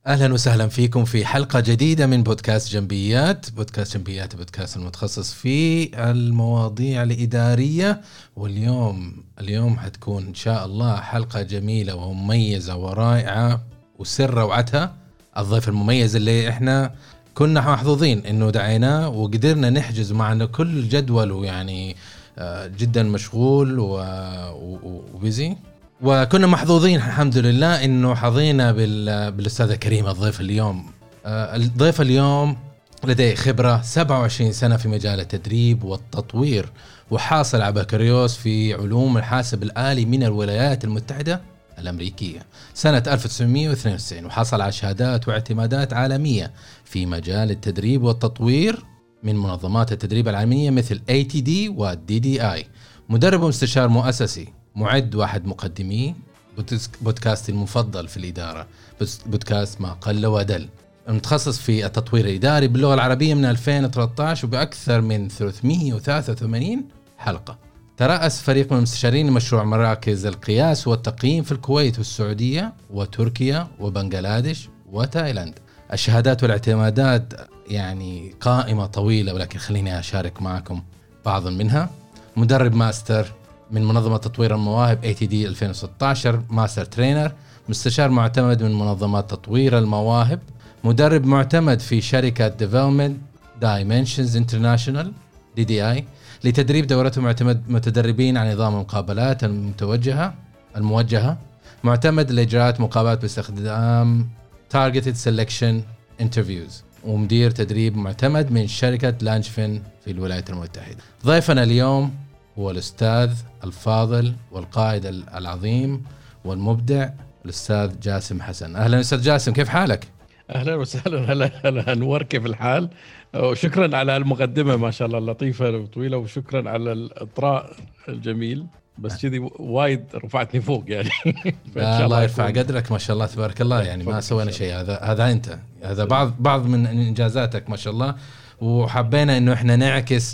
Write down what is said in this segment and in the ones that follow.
أهلا وسهلا فيكم في حلقة جديدة من بودكاست جنبيات. بودكاست المتخصص في المواضيع الإدارية. واليوم حتكون إن شاء الله حلقة جميلة ومميزة ورائعة، وسر روعتها الضيف المميز اللي إحنا كنا محظوظين إنه دعيناه وقدرنا نحجز معنا كل جدوله، يعني جدا مشغول وبيزي، وكنا محظوظين الحمد لله انه حظينا بالاستاذ كريم الضيف اليوم. الضيف اليوم لديه خبرة 27 سنة في مجال التدريب والتطوير، وحاصل على بكالوريوس في علوم الحاسب الآلي من الولايات المتحدة الأمريكية سنة 1992، وحصل على شهادات واعتمادات عالمية في مجال التدريب والتطوير من منظمات التدريب العالمية مثل ATD و DDI. مدرب ومستشار مؤسسي، معد واحد مقدمي بودكاست المفضل في الإدارة، بودكاست ما قل ودل، متخصص في التطوير الإداري باللغة العربية من 2013 وبأكثر من 383 حلقة. ترأس فريق من المستشارين لمشروع مراكز القياس والتقييم في الكويت والسعودية وتركيا وبنغلاديش وتايلاند. الشهادات والاعتمادات يعني قائمة طويلة، ولكن خليني أشارك معكم بعض منها. مدرب ماستر من منظمة تطوير المواهب ATD 2016 ماستر ترينر، مستشار معتمد من منظمات تطوير المواهب، مدرب معتمد في شركة Development Dimensions International DDI لتدريب دورته متدربين على نظام المقابلات الموجهة، معتمد لإجراءات مقابلات باستخدام Targeted Selection Interviews، ومدير تدريب معتمد من شركة لانشفين في الولايات المتحدة. ضيفنا اليوم هو الأستاذ الفاضل والقائد العظيم والمبدع الأستاذ جاسم حسن. أهلا أستاذ جاسم، كيف حالك؟ أهلا وسهلا. هلا أنور، كيف الحال؟ وشكرا على المقدمة ما شاء الله اللطيفة وطويلة، وشكرا على الإطراء الجميل، بس كذي وايد رفعتني فوق يعني. الله يرفع قدرك ما شاء الله تبارك الله، يعني ما سوينا شيء، هذا أنت، هذا بعض من إنجازاتك ما شاء الله. وحبينا إنه إحنا نعكس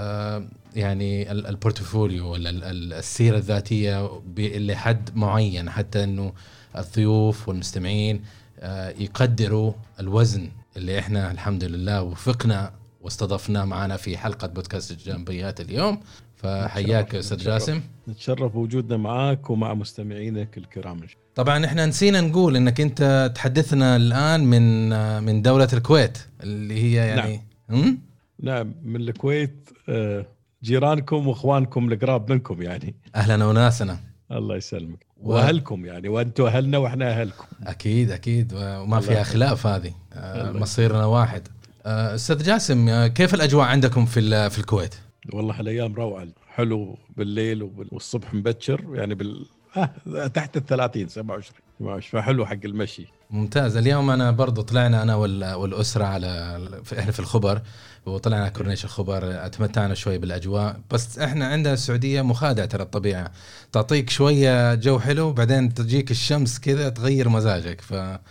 يعني البورتفوليو ولا السيرة الذاتية لحد معين، حتى إنه الضيوف والمستمعين يقدروا الوزن اللي إحنا الحمد لله وفقنا واستضفنا معنا في حلقة بودكاست جنبيات اليوم. فحياك أستاذ جاسم، نتشرف بوجودنا معك ومع مستمعينك الكرام. طبعا إحنا نسينا نقول إنك أنت تحدثنا الآن من دولة الكويت اللي هي يعني نعم من الكويت، جيرانكم واخوانكم القراب منكم يعني. اهلنا وناسنا. الله يسلمك. واهلكم يعني، وانتم اهلنا واحنا اهلكم. اكيد وما فيها خلاف، هذه مصيرنا واحد. استاذ جاسم، كيف الاجواء عندكم في الكويت؟ والله الايام روعه، حلو بالليل والصبح مبكر يعني تحت 30 27 فحلو حق المشي. ممتاز. اليوم انا برضو طلعنا انا والاسره احنا في الخبر، وطلعنا كورنيش الخبر، اتمتعنا شوي بالاجواء. بس احنا عندنا السعوديه مخادعه، ترى الطبيعه تعطيك شويه جو حلو بعدين تجيك الشمس كذا تغير مزاجك.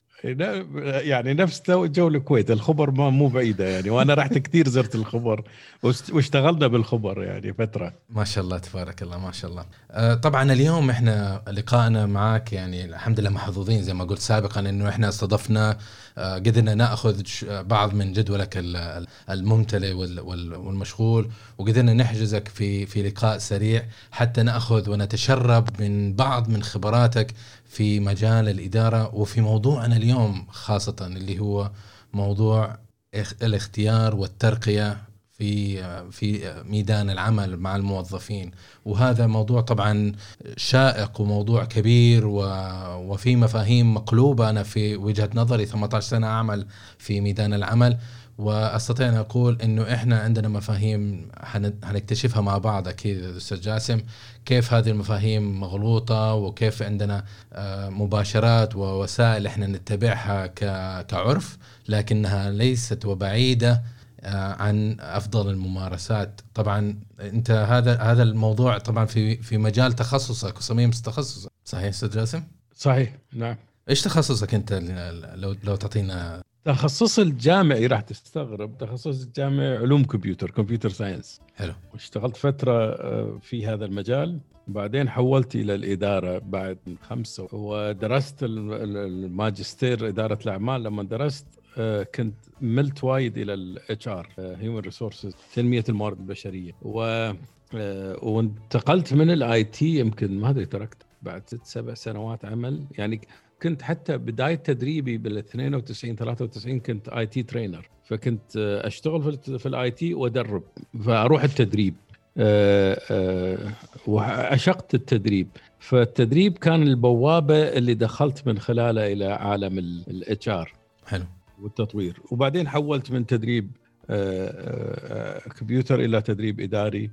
يعني نفس جو الكويت، الخبر مو بعيدة يعني، وأنا رحت كتير زرت الخبر واشتغلنا بالخبر يعني فترة. ما شاء الله تبارك الله ما شاء الله. طبعا اليوم احنا لقائنا معك يعني الحمد لله محظوظين زي ما قلت سابقا انه احنا استضفنا، قدرنا نأخذ بعض من جدولك الممتلئ والمشغول، وقدرنا نحجزك في لقاء سريع حتى نأخذ ونتشرب من بعض من خبراتك في مجال الإدارة، وفي موضوعنا اليوم خاصة اللي هو موضوع الاختيار والترقية في ميدان العمل مع الموظفين. وهذا موضوع طبعا شائق وموضوع كبير، وفي مفاهيم مقلوبة. أنا في وجهة نظري 18 سنة أعمل في ميدان العمل، واستطيع ان اقول انه احنا عندنا مفاهيم هنكتشفها مع بعض اكيد استاذ جاسم، كيف هذه المفاهيم مغلوطه، وكيف عندنا مباشرات ووسائل احنا نتبعها كعرف، لكنها ليست وبعيده عن افضل الممارسات. طبعا انت هذا الموضوع طبعا في مجال تخصصك وصميم تخصصك، صحيح استاذ جاسم؟ صحيح نعم. ايش تخصصك انت لو تعطينا؟ تخصص الجامعي راح تستغرب، تخصص الجامعي علوم كمبيوتر ساينس. حلو. واشتغلت فترة في هذا المجال بعدين حولت إلى الإدارة بعد 5 ودرست الماجستير إدارة الأعمال. لما درست كنت ملت وايد إلى الHR Human Resources تنمية الموارد البشرية وانتقلت من الIT يمكن ما أدري تركت بعد 6-7 سنوات عمل. يعني كنت حتى بداية تدريبي بال92-93 كنت IT ترينر، فكنت أشتغل في الIT وأدرب فأروح التدريب وعشقت التدريب. فالتدريب كان البوابة اللي دخلت من خلاله إلى عالم الHR حلو والتطوير. وبعدين حولت من تدريب كمبيوتر إلى تدريب إداري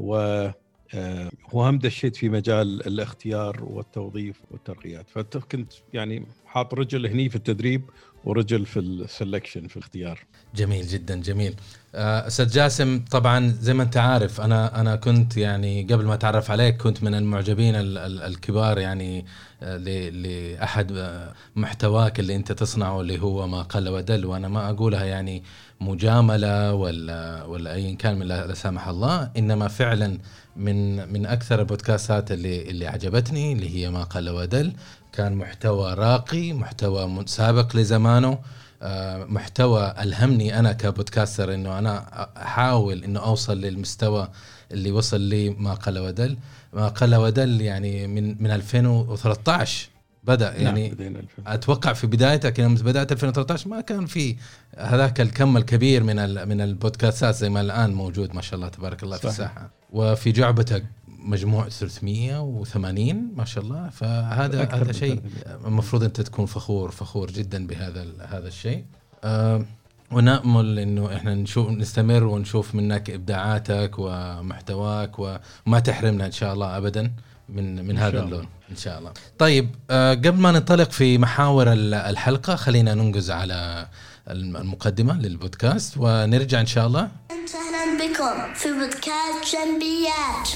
وهم دشيت في مجال الاختيار والتوظيف والترقيات. فكنت يعني حاط رجل هني في التدريب ورجل في السلكشن في الاختيار. جميل جدا جميل. أستاذ جاسم طبعا زي ما انت عارف أنا كنت يعني قبل ما أتعرف عليك كنت من المعجبين الكبار يعني لأحد محتواك اللي انت تصنعه اللي هو ما قل ودل. وأنا ما أقولها يعني مجاملة ولا أي كان من لا سامح الله، إنما فعلا من أكثر البودكاستات اللي عجبتني اللي هي ما قل ودل. كان محتوى راقي، محتوى سابق لزمانه، محتوى ألهمني أنا كبودكاستر إنه أنا أحاول إنه أوصل للمستوى اللي وصل لي ما قل ودل. ما قل ودل يعني من 2013 بدأ يعني أتوقع في بدايتك لما بدأت 2013 ما كان في هذاك الكم الكبير من البودكاستات زي ما الآن موجود ما شاء الله تبارك الله في الساحة. وفي جعبتك مجموع 380 ما شاء الله. فهذا شيء المفروض أنت تكون فخور جدا هذا الشيء. ونأمل إنه إحنا نستمر ونشوف منك إبداعاتك ومحتواك وما تحرمنا إن شاء الله أبدا من هذا اللون إن شاء الله. طيب قبل ما ننطلق في محاور الحلقة خلينا ننجز على المقدمة للبودكاست ونرجع إن شاء الله. أهلا بكم في بودكاست جنبيات.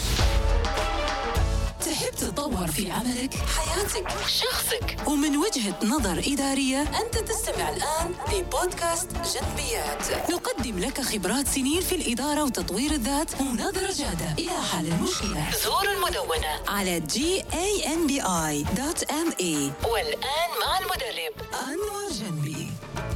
تحب تتطور في عملك، حياتك، شخصك ومن وجهة نظر إدارية؟ أنت تستمع الآن لبودكاست جنبيات. نقدم لك خبرات سنين في الإدارة وتطوير الذات ونظرة جادة إلى حل المشكلة. زور المدونة على gambi.me. والآن مع المدرب أنور جنبي.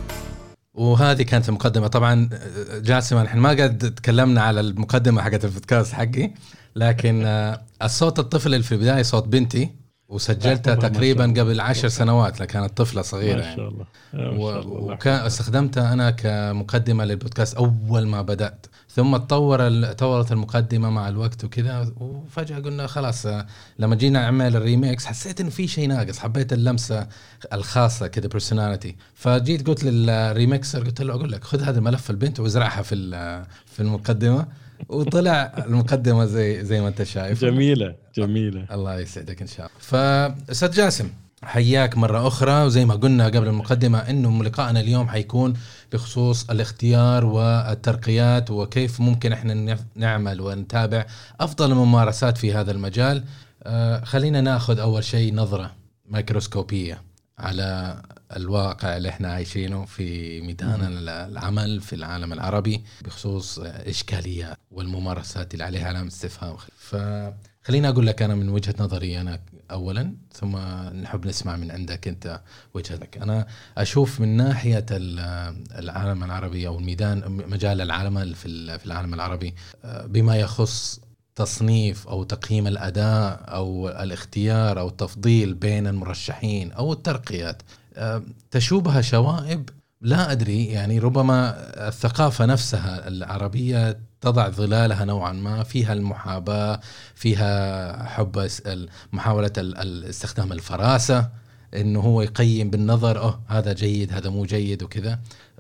وهذه كانت المقدمة. طبعا جاسم نحن ما قد تكلمنا على المقدمة حقت البودكاست حقي، لكن الصوت الطفل اللي في البداية صوت بنتي وسجلتها تقريبا قبل 10 سنوات لكانت طفلة صغيرة ما شاء الله. وكان استخدمتها أنا كمقدمة للبودكاست أول ما بدأت، ثم تطورت المقدمة مع الوقت وكذا. وفجأة قلنا خلاص لما جينا نعمل الريميكس حسيت إنه في شيء ناقص، حبيت اللمسة الخاصة كده personality. فجيت قلت للريميكسر قلت له أقول لك خذ هذا الملف البنت وازرعها في المقدمة، وطلع المقدمة زي ما انت شايف. جميلة. الله يسعدك إن شاء الله. فأستاذ جاسم حياك مرة أخرى، وزي ما قلنا قبل المقدمة إنه لقاءنا اليوم حيكون بخصوص الاختيار والترقيات وكيف ممكن إحنا نعمل ونتابع أفضل الممارسات في هذا المجال. خلينا نأخذ أول شيء نظرة ميكروسكوبية على الواقع اللي احنا عايشينه في ميدان العمل في العالم العربي بخصوص إشكاليات والممارسات اللي عليها علامة استفهام. فخلينا أقول لك أنا من وجهة نظري أنا أولا، ثم نحب نسمع من عندك أنت وجهتك. أنا أشوف من ناحية العالم العربي أو الميدان مجال العمل في العالم العربي بما يخص تصنيف أو تقييم الأداء أو الاختيار أو التفضيل بين المرشحين أو الترقيات تشوبها شوائب لا أدري. يعني ربما الثقافة نفسها العربية تضع ظلالها نوعا ما، فيها المحاباة، فيها حب محاولة استخدام الفراسة، إنه هو يقيم بالنظر هذا جيد هذا مو جيد وكذا.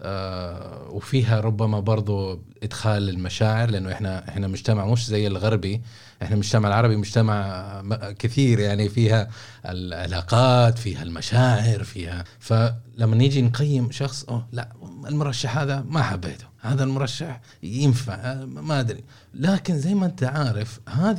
وفيها ربما برضو إدخال المشاعر، لأنه إحنا مجتمع مش زي الغربي، إحنا مجتمع العربي مجتمع كثير يعني فيها العلاقات، فيها المشاعر، فيها. فلما نيجي نقيم شخص لا المرشح هذا ما حبيته، هذا المرشح ينفع ما أدري. لكن زي ما أنت عارف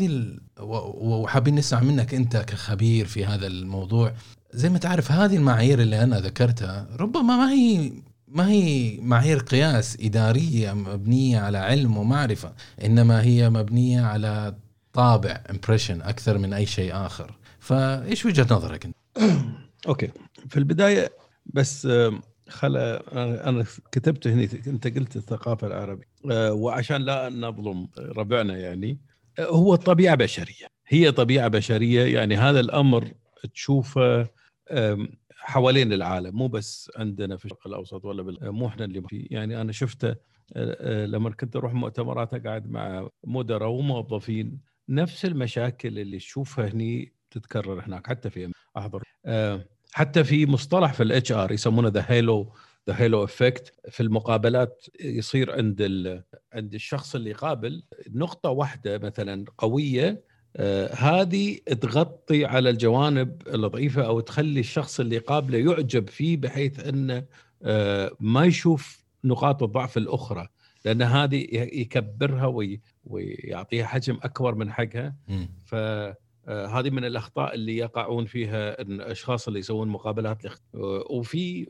وحابين نسمع منك أنت كخبير في هذا الموضوع، زي ما تعرف هذه المعايير اللي أنا ذكرتها ربما ما هي معايير قياس إدارية مبنية على علم ومعرفة، إنما هي مبنية على طابع امبريشن اكثر من اي شيء اخر. فايش وجهة نظرك انت؟ اوكي، في البدايه بس انا كتبت هنا، انت قلت الثقافه العربيه، وعشان لا نظلم ربعنا يعني، هو طبيعه بشريه، هي طبيعه بشريه يعني. هذا الامر تشوفه حوالين العالم، مو بس عندنا في الشرق الاوسط ولا مو احنا اللي فيه. يعني انا شفته لما كنت اروح مؤتمرات اقعد مع مدراء وموظفين، نفس المشاكل اللي تشوفها هني تتكرر هناك. حتى في احضر حتى في مصطلح في الاتش ار يسمونه ذا هيلو افكت. في المقابلات يصير عند الشخص اللي يقابل نقطة واحدة مثلا قوية، هذه تغطي على الجوانب الضعيفة أو تخلي الشخص اللي يقابله يعجب فيه، بحيث أنه ما يشوف نقاط الضعف الأخرى، لأن هذه يكبرها ويعطيها حجم أكبر من حقها. هذه من الأخطاء اللي يقعون فيها الأشخاص اللي يسوون مقابلات وفي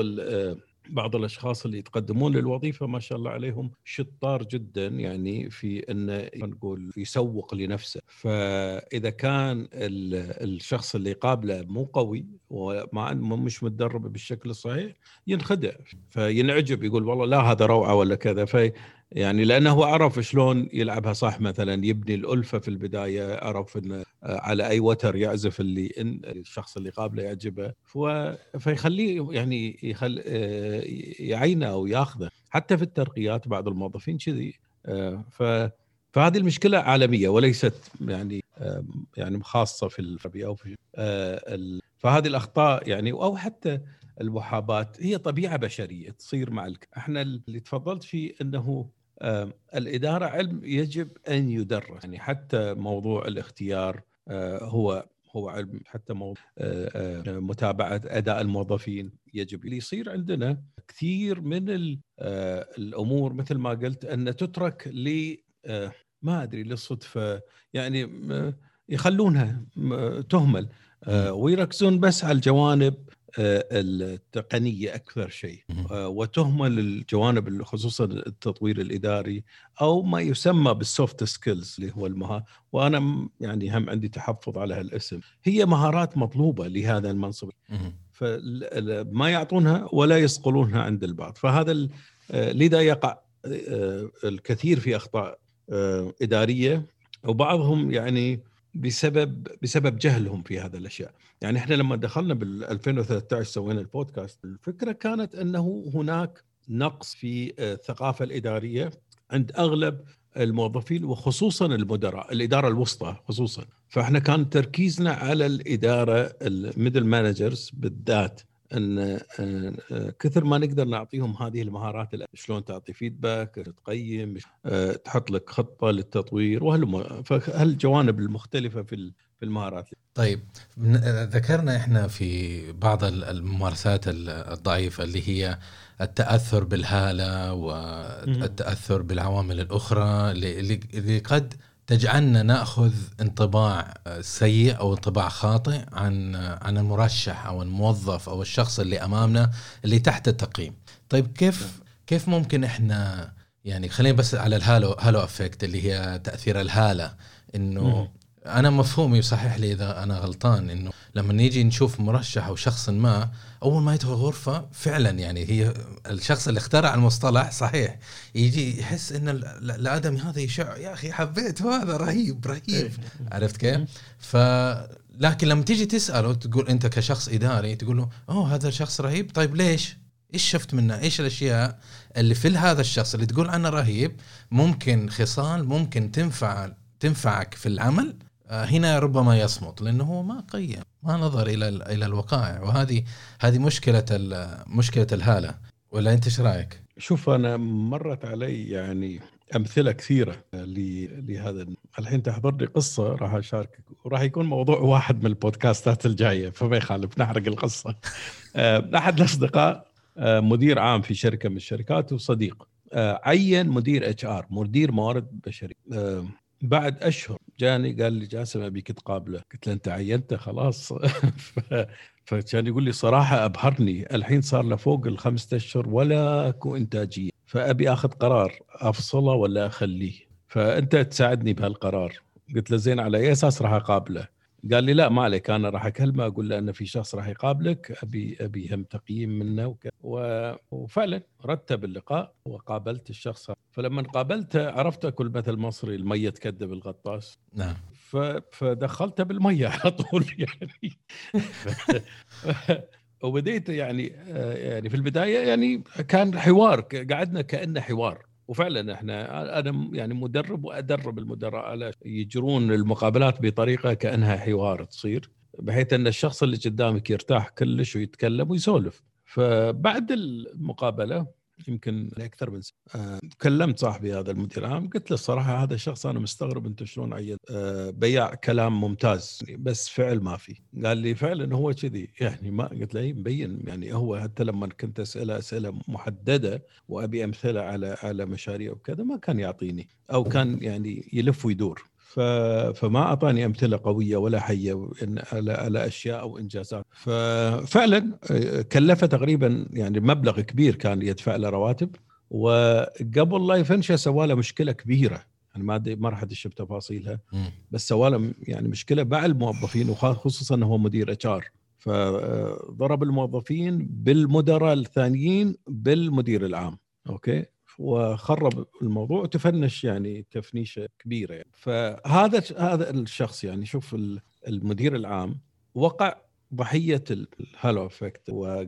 بعض الأشخاص اللي يتقدمون للوظيفة ما شاء الله عليهم شطار جدا، يعني في أنه نقول يسوق لنفسه. فإذا كان الشخص اللي قابله مو قوي مش متدرب بالشكل الصحيح ينخدع، فينعجب يقول والله لا هذا روعة ولا كذا. يعني لأنه هو عرف شلون يلعبها صح، مثلا يبني الألفة في البداية، عرف إنه على أي وتر يعزف اللي الشخص اللي قابله يعجبه، فيخليه يعني يعينه أو يأخذه. حتى في الترقيات بعض الموظفين كذي. فهذه المشكلة عالمية وليست يعني خاصة في العربية أو في فهذه الأخطاء يعني، أو حتى المحاباة هي طبيعة بشرية تصير مع احنا اللي تفضلت فيه انه الإدارة علم يجب أن يدرس. يعني حتى موضوع الاختيار هو علم، حتى موضوع متابعة أداء الموظفين يجب. اللي يصير عندنا كثير من الأمور مثل ما قلت أن تترك ما أدري للصدفة، يعني يخلونها تهمل ويركزون بس على الجوانب التقنية أكثر شيء، وتهمل الجوانب خصوصا التطوير الإداري أو ما يسمى بالسوفت سكيلز اللي هو المهارات. وأنا يعني هم عندي تحفظ على هالاسم، هي مهارات مطلوبة لهذا المنصب، فما يعطونها ولا يصقلونها عند البعض. فهذا لذا يقع الكثير في أخطاء إدارية، وبعضهم يعني بسبب جهلهم في هذا الأشياء. يعني احنا لما دخلنا بال 2013 سوينا البودكاست، الفكرة كانت أنه هناك نقص في الثقافة الإدارية عند أغلب الموظفين، وخصوصا المدراء، الإدارة الوسطى خصوصا. فاحنا كان تركيزنا على الإدارة الميدل مانجرز بالذات، أن كثر ما نقدر نعطيهم هذه المهارات، شلون تعطي فيدباك، تقيم، تحط لك خطة للتطوير، فهالجوانب المختلفة في المهارات. طيب ذكرنا احنا في بعض الممارسات الضعيفة اللي هي التأثر بالهالة والتأثر بالعوامل الأخرى اللي قد تجعلنا نأخذ انطباع سيء أو انطباع خاطئ عن المرشح أو الموظف أو الشخص اللي أمامنا اللي تحت التقييم. طيب كيف ممكن إحنا يعني خلينا بس على الهالو أفكت اللي هي تأثير الهالة، إنه أنا مفهومي يصحح لي إذا أنا غلطان، إنه لما نيجي نشوف مرشح أو شخص ما أول ما يدخل غرفة فعلا، يعني هي الشخص اللي اخترع المصطلح صحيح يجي يحس إن الآدمي هذا يشع، يا أخي حبيته هذا رهيب عرفت كيف؟ لكن لما تيجي تسأله تقول أنت كشخص إداري تقول له هذا الشخص رهيب، طيب ليش؟ إيش شفت منه؟ إيش الأشياء اللي في هذا الشخص اللي تقول عنه رهيب ممكن خصال ممكن تنفعك في العمل؟ هنا ربما يصمت لأنه هو ما قيم، ما نظر إلى الوقائع، وهذه مشكلة الهالة. ولا أنت إيش رأيك؟ شوف، أنا مرت علي يعني أمثلة كثيرة لهذا. الحين تحضرني قصة راح أشاركك، وراح يكون موضوع واحد من البودكاستات الجاية، فما يخالف نحرق القصة. أحد الأصدقاء مدير عام في شركة من الشركات وصديق، عين مدير HR، مدير موارد بشرية. بعد أشهر جاني قال لي جاسم أبيك تقابله. قلت له أنت عينته خلاص. فكان يقول لي صراحة أبهرني، الحين صار له فوق 5 أشهر ولا كو إنتاجية، فأبي أخذ قرار أفصله ولا أخليه، فأنت تساعدني بهالقرار. قلت له زين على أي أساس راح أقابله؟ قال لي لا ما عليك، أنا راح أكلمه أقول له أن في شخص راح يقابلك، أبي هم تقييم منه وفعلا رتب اللقاء وقابلت الشخص. فلما قابلته عرفت أكل مثل مصري المية تكذب الغطاس. نعم. فدخلته بالمية على طول يعني. وبديت يعني في البداية يعني كان حوار، قعدنا كأنه حوار، وفعلا انا يعني مدرب وادرب المدراء على يجرون المقابلات بطريقه كانها حوار تصير، بحيث ان الشخص اللي قدامك يرتاح كلش ويتكلم ويسولف. فبعد المقابله يمكن اكثر من سنة كلمت صاحبي هذا المدير العام، قلت له الصراحه هذا الشخص انا مستغرب انت شلون عيد بياع كلام ممتاز بس فعل ما في. قال لي فعلا هو كذي يعني، ما قلت له مبين يعني، هو حتى لما كنت اسئله محدده وابي امثله على مشاريع وكذا ما كان يعطيني، او كان يعني يلف ويدور، فما أعطاني أمثلة قوية ولا حية على أشياء أو إنجازات. ففعلا كلفه تقريبا يعني مبلغ كبير كان يدفع له رواتب، وقبل لا يفنش سوى له مشكلة كبيرة، أنا ما راح أدش بتفاصيلها، بس سوى له يعني مشكلة مع الموظفين، وخصوصا أنه مدير HR، فضرب الموظفين بالمدراء الثانيين بالمدير العام. أوكي، وخرب الموضوع وتفنش يعني تفنيشة كبيرة يعني. فهذا الشخص يعني شوف المدير العام وقع ضحية الهالو افكت،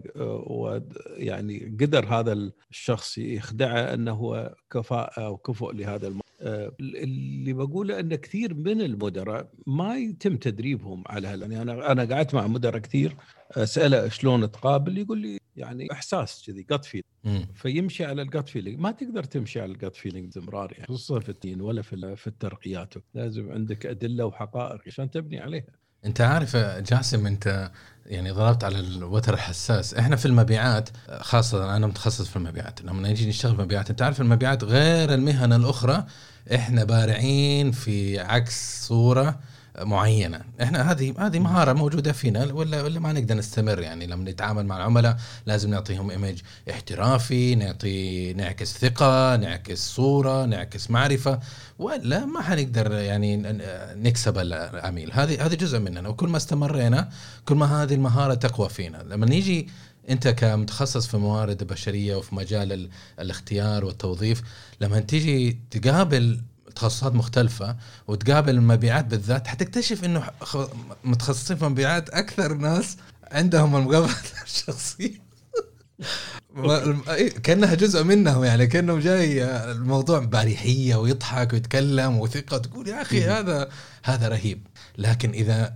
ويعني قدر هذا الشخص يخدعه انه هو كفاءة او كفؤ لهذا اللي بقوله ان كثير من المدراء ما يتم تدريبهم على يعني انا قعدت مع مدراء كثير اساله شلون تقابل، يقول لي يعني احساس كذي gut feeling، فيمشي على الجت فيلينج. ما تقدر تمشي على الجت فيلينج زمرار يعني، خصوصا في الدين ولا في الترقيات، لازم عندك ادله وحقائق عشان تبني عليها. انت عارف جاسم، انت يعني ضربت على الوتر الحساس. احنا في المبيعات خاصه، انا متخصص في المبيعات، لما نيجي نشتغل في المبيعات انت عارف المبيعات غير المهن الاخرى، احنا بارعين في عكس صوره معينه. احنا هذه مهاره موجوده فينا، ولا ما نقدر نستمر يعني. لما نتعامل مع العملاء لازم نعطيهم ايمج احترافي، نعكس ثقه، نعكس صوره، نعكس معرفه، ولا ما حنقدر يعني نكسب العميل. هذه جزء مننا، وكل ما استمرينا كل ما هذه المهاره تقوى فينا. لما نيجي انت كمتخصص في موارد بشريه وفي مجال الاختيار والتوظيف، لما تيجي تقابل تخصصات مختلفة وتقابل المبيعات بالذات، حتكتشف انه متخصصين في المبيعات اكثر ناس عندهم المقابلات الشخصية كأنها جزء منهم يعني، كأنه جاي الموضوع باريحية ويضحك ويتكلم وثقة، تقول يا اخي هذا رهيب. لكن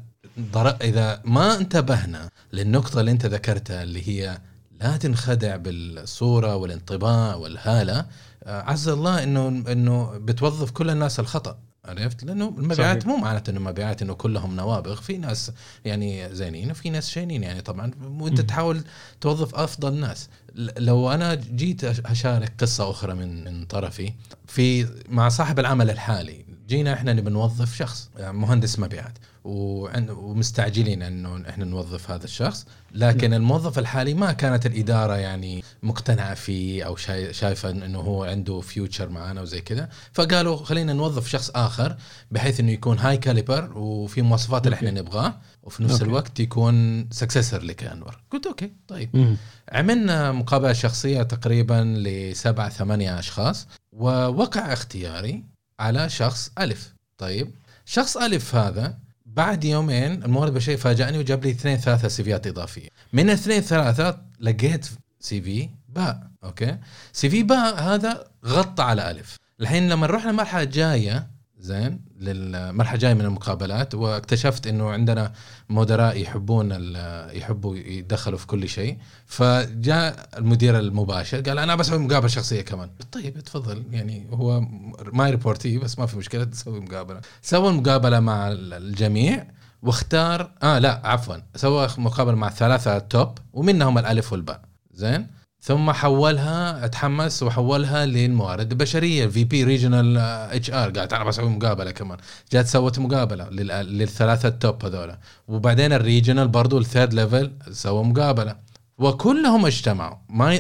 اذا ما انتبهنا للنقطة اللي انت ذكرتها، اللي هي لا تنخدع بالصورة والانطباع والهالة، عز الله انه بتوظف كل الناس الخطأ. عرفت؟ لانه المبيعات مو معناته انه مبيعات انه كلهم نوابغ، في ناس يعني زينين وفي ناس شينين يعني طبعا، وانت تحاول توظف افضل ناس. لو انا جيت اشارك قصة اخرى من طرفي مع صاحب العمل الحالي، جينا احنا نبي نوظف شخص يعني مهندس مبيعات، ومستعجلين انه احنا نوظف هذا الشخص، لكن الموظف الحالي ما كانت الاداره يعني مقتنعه فيه او شايفه انه هو عنده فيوتشر معانا وزي كذا، فقالوا خلينا نوظف شخص اخر بحيث انه يكون هاي كاليبر وفي مواصفات اللي احنا نبغاه، وفي نفس الوقت يكون سكسسر لكأنور. قلت اوكي طيب. عملنا مقابله شخصيه تقريبا ل7-8 اشخاص، ووقع اختياري على شخص ألف. طيب شخص ألف هذا بعد يومين الموارد البشرية فاجأني وجاب لي 2-3 سيفيات إضافية. من 2-3 لقيت CV باء. أوكي، CV باء هذا غطى على ألف. الحين لما نروح للمرحلة الجاية، زين، للمرحلة الجاية من المقابلات، واكتشفت إنه عندنا مدراء يحبوا يدخلوا في كل شيء، فجاء المدير المباشر قال أنا بسوي مقابلة شخصية كمان. طيب تفضل، يعني هو ما ريبورتي بس ما في مشكلة، تسوي مقابلة. سوى المقابلة مع الجميع واختار سوى مقابلة مع 3 توب ومنهم الألف والباء. زين، ثم اتحمس وحولها للموارد البشرية، VP Regional HR، قالت أنا بسوي مقابلة كمان. جات سوت مقابلة لل3 توب هذولا، وبعدين الريجنال برضو الثيرد ليفل سوى مقابلة، وكلهم اجتمعوا.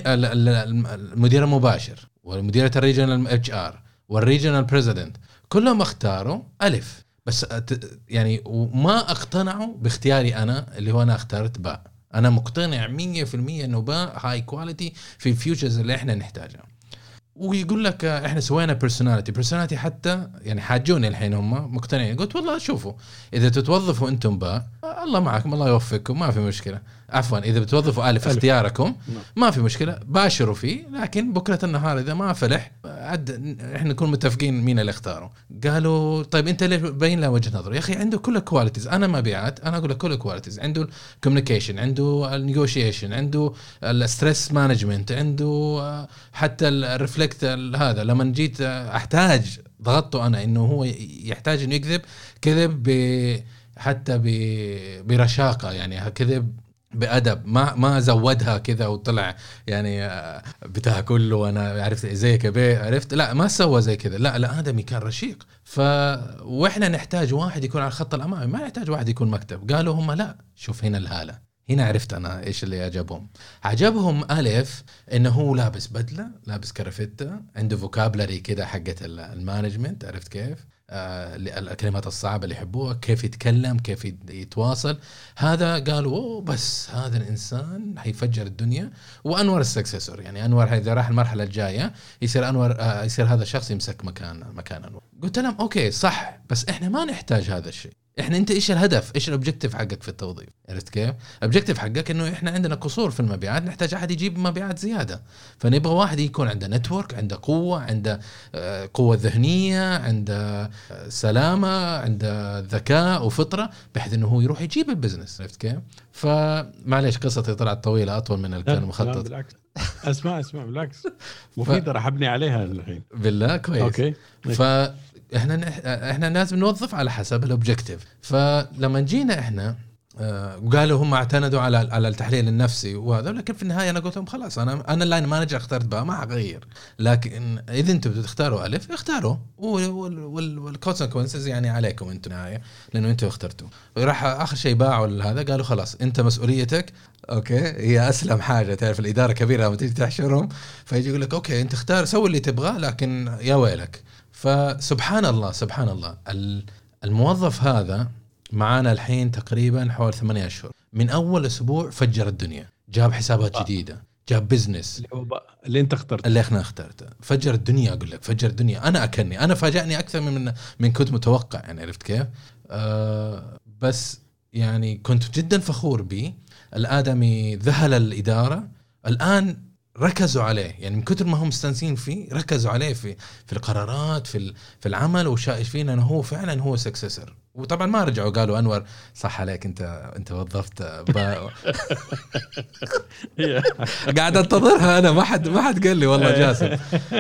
المدير المباشر والمديرة الريجنال HR والريجنال بريزيدنت كلهم اختاروا ألف. بس يعني وما اقتنعوا باختياري انا اللي هو انا اخترت باء. انا مقتنع 100% انه باء هاي كواليتي في الفيوتشرز اللي احنا نحتاجها. ويقول لك احنا سوينا بيرسوناليتي حتى يعني حاجوني الحين هم مقتنعين. قلت والله شوفوا اذا تتوظفوا انتم باء الله معكم الله يوفقكم ما في مشكله. عفوا اذا بتوظفوا الف اختياركم ما في مشكله باشروا فيه. لكن بكره النهار اذا ما فلح احنا نكون متفقين مين اللي اختاره. قالوا طيب انت ليش باين له وجهه نظر؟ يا اخي عنده كل الكواليتيز. انا مبيعات انا اقول لك كل الكواليتيز. عنده الكوميونيكيشن عنده النيغوشيشن عنده الستريس مانجمنت عنده حتى الريفلكت. هذا لما جيت احتاج ضغطته انا انه هو يحتاج انه كذب حتى برشاقه يعني كذب بأدب ما زودها كذا وطلع يعني بتاع كله وانا عرفت زيك عرفت لا ما سوى زي كذا. لا آدمي كان رشيق. واحنا نحتاج واحد يكون على الخط الامامي ما نحتاج واحد يكون مكتب. قالوا هم لا شوف هنا الهالة. هنا عرفت انا ايش اللي عجبهم الف انه هو لابس بدله لابس كرافتة عنده فوكابلري كذا حقه المانجمنت. عرفت كيف الكلمات الصعبة اللي يحبوها كيف يتكلم كيف يتواصل. هذا قالوا بس هذا الإنسان هيفجر الدنيا. وأنور السكسسور يعني أنور إذا راح المرحلة الجاية يصير أنور يصير هذا الشخص يمسك مكان أنور. قلت لهم أوكي صح بس إحنا ما نحتاج هذا الشيء. احنا انت ايش الهدف ايش الاوبجكتيف حقك في التوظيف؟ عرفت كيف؟ الاوبجكتيف حقك انه احنا عندنا قصور في المبيعات نحتاج احد يجيب مبيعات زياده. فنبغى واحد يكون عنده نتورك عنده قوه عنده قوه ذهنيه عنده سلامه عنده ذكاء وفطره بحيث انه هو يروح يجيب البزنس. عرفت كيف؟ فمعليش قصتي طلعت طويله اطول من اللي كان مخطط. بالعكس اسمع بالعكس مفيده راح ابني عليها الحين بالله كويس. اوكي احنا لازم نوظف على حسب الاوبجكتيف. فلما جينا احنا وقالوا هم اعتمدوا على التحليل النفسي وهذا. لكن في النهايه انا قلت لهم خلاص انا اللاين مانجر اخترت باء ما حغير. لكن اذا انتم بتختاروا الف اختاروا والكونسيكونسز يعني عليكم انتم نهايه لانه انتم اخترتوا. راح اخر شيء باعوا هذا قالوا خلاص انت مسؤوليتك. اوكي هي اسلم حاجه تعرف الاداره كبيره لما تيجي تحشرهم فيجي يقول لك اوكي انت اختار سوي اللي تبغاه لكن يا ويلك. فسبحان الله الموظف هذا معانا الحين تقريبا حوالي 8 أشهر. من أول أسبوع فجر الدنيا جاب حسابات جديدة جاب بزنس اللي انت اخترته اللي احنا اخترته فجر الدنيا. أقول لك فجر الدنيا. أنا فاجأني أكثر من كنت متوقع يعني. عرفت كيف؟ بس يعني كنت جدا فخور به. الآدمي ذهل الإدارة الآن ركزوا عليه يعني من كتر ما هم مستانسين فيه ركزوا عليه في القرارات في العمل وشايفين انه هو فعلا هو سكسسر. وطبعا ما رجعوا قالوا انور صح عليك انت وظفت قاعد انتظرها انا ما حد قال لي والله جاسم.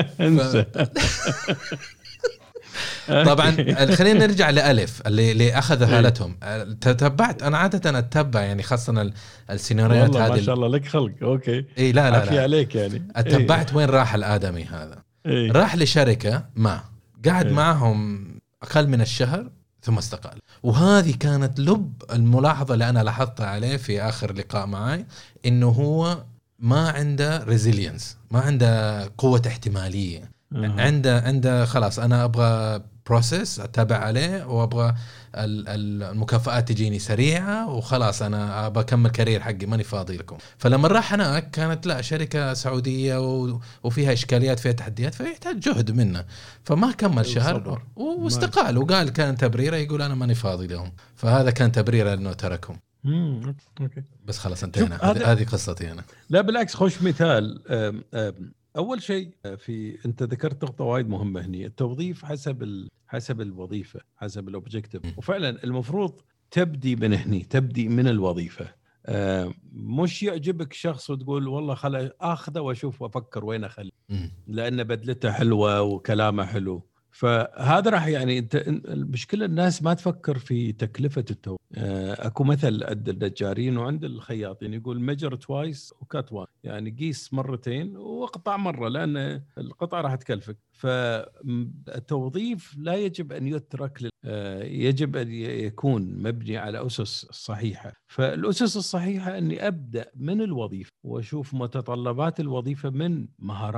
طبعا خلينا نرجع لألف اللي أخذ هالتهم. تتبعت أنا عادة أتبع يعني خاصة السيناريوهات هذه ما شاء الله لك خلق. أوكي إيه لا عليك يعني أتبعت وين راح الآدمي هذا. راح لشركة ما قاعد معهم أقل من الشهر ثم استقال. وهذه كانت لب الملاحظة اللي أنا لاحظتها عليه في آخر لقاء معي إنه هو ما عنده ريزيلينس ما عنده قوة احتمالية. عنده خلاص أنا أبغى بروسيس أتابع عليه وأبغى المكافآت تجيني سريعة وخلاص أنا أبغى أكمل كارير حقي ماني فاضي لكم. فلما راح هناك كانت لا شركة سعودية وفيها إشكاليات فيها تحديات فيحتاج جهد منه. فما كمل شهر واستقال وقال كان تبريره يقول أنا ماني فاضي لهم. فهذا كان تبريره أنه تركهم. أوكي. بس خلاص انتهينا. هذه قصتي أنا. لا بالعكس خوش مثال. أول شيء أنت ذكرت نقطة وايد مهمة هني التوظيف حسب الوظيفة حسب الأوبجكتيف. وفعلا المفروض تبدي من الوظيفة. مش يعجبك شخص وتقول والله خل أخذه وأشوف وأفكر وين أخلي لأن بدلته حلوة وكلامه حلو. فهذا راح يعني انت المشكله الناس ما تفكر في تكلفه التوظيف. اكو مثل عند النجارين وعند الخياطين يقول ميجر توايس وكات وان يعني قيس مرتين واقطع مره لان القطعه راح تكلفك. فالتوظيف لا يجب ان يترك يجب ان يكون مبني على اسس صحيحه. فالاسس الصحيحه اني ابدا من الوظيفه واشوف متطلبات الوظيفه من مهارات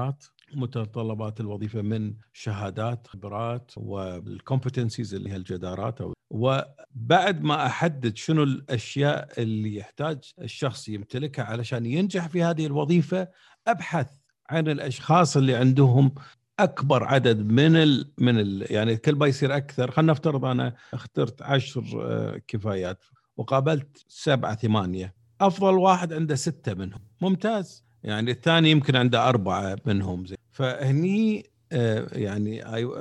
متطلبات الوظيفة من شهادات، خبرات، والكومبتنسيز اللي هي الجدارات. وبعد ما أحدد شنو الأشياء اللي يحتاج الشخص يمتلكها علشان ينجح في هذه الوظيفة، أبحث عن الأشخاص اللي عندهم أكبر عدد يعني كل ما يصير أكثر. خلنا نفترض أنا اخترت 10 كفايات وقابلت 7-8، أفضل واحد عنده 6 منهم، ممتاز. يعني الثاني يمكن عنده 4 منهم زي. فهني يعني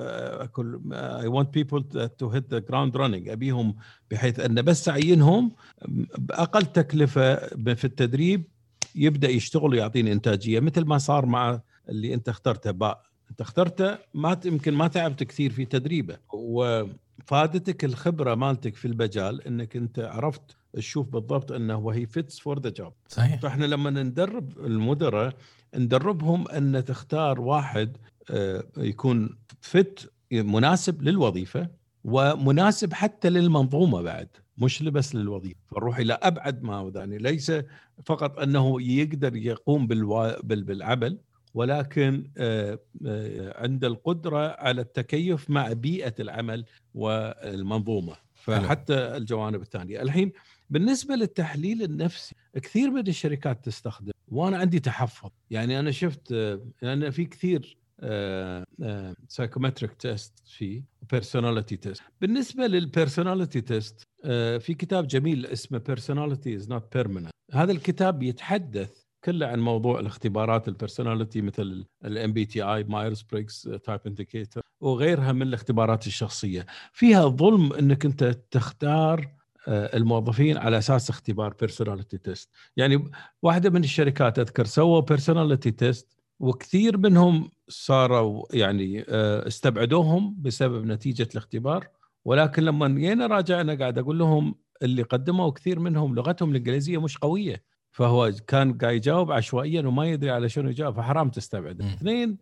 I want people to hit the ground running. أبيهم بحيث أن بس أعينهم بأقل تكلفة في التدريب يبدأ يشتغل ويعطيني إنتاجية، مثل ما صار مع اللي أنت اخترته باء. أنت اخترته يمكن ما تعبت كثير في تدريبه، وفادتك الخبرة مالتك في المجال أنك أنت عرفت تشوف بالضبط أنه هو he fits for the job. صحيح. فإحنا لما ندرب المدراء ندربهم أن تختار واحد يكون فت مناسب للوظيفة ومناسب حتى للمنظومة بعد، مش بس للوظيفة. فنروح إلى أبعد ما يعني ليس فقط أنه يقدر يقوم بالعمل، ولكن عنده القدرة على التكيف مع بيئة العمل والمنظومة، فحتى الجوانب الثانية. الحين بالنسبة للتحليل النفسي كثير من الشركات تستخدم، وأنا عندي تحفظ. يعني أنا شفت يعني في كثير psychometric test في personality test. بالنسبة للpersonality test في كتاب جميل اسمه Personality is not permanent. هذا الكتاب يتحدث كله عن موضوع الاختبارات البرسوناليتي مثل MBTI مايرز بريغز تايب انديكيتور وغيرها من الاختبارات الشخصية. فيها ظلم أنك أنت تختار الموظفين على أساس اختبار personality test. يعني واحدة من الشركات أذكر سووا personality test وكثير منهم صاروا يعني استبعدوهم بسبب نتيجة الاختبار. ولكن لما جينا راجعنا قاعد أقول لهم اللي قدموا كثير منهم لغتهم الإنجليزية مش قوية، فهو كان قاعد يجاوب عشوائيا وما يدري على شنو يجاوب، فحرام تستبعد. 2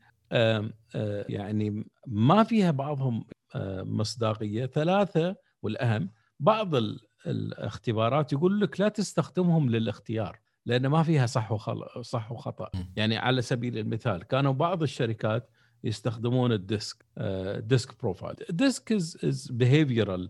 يعني ما فيها بعضهم مصداقية. 3 والأهم بعض الاختبارات يقول لك لا تستخدمهم للاختيار لأن ما فيها صح وخطأ. يعني على سبيل المثال كانوا بعض الشركات يستخدمون الديسك بروفايل. الديسك is behavioral،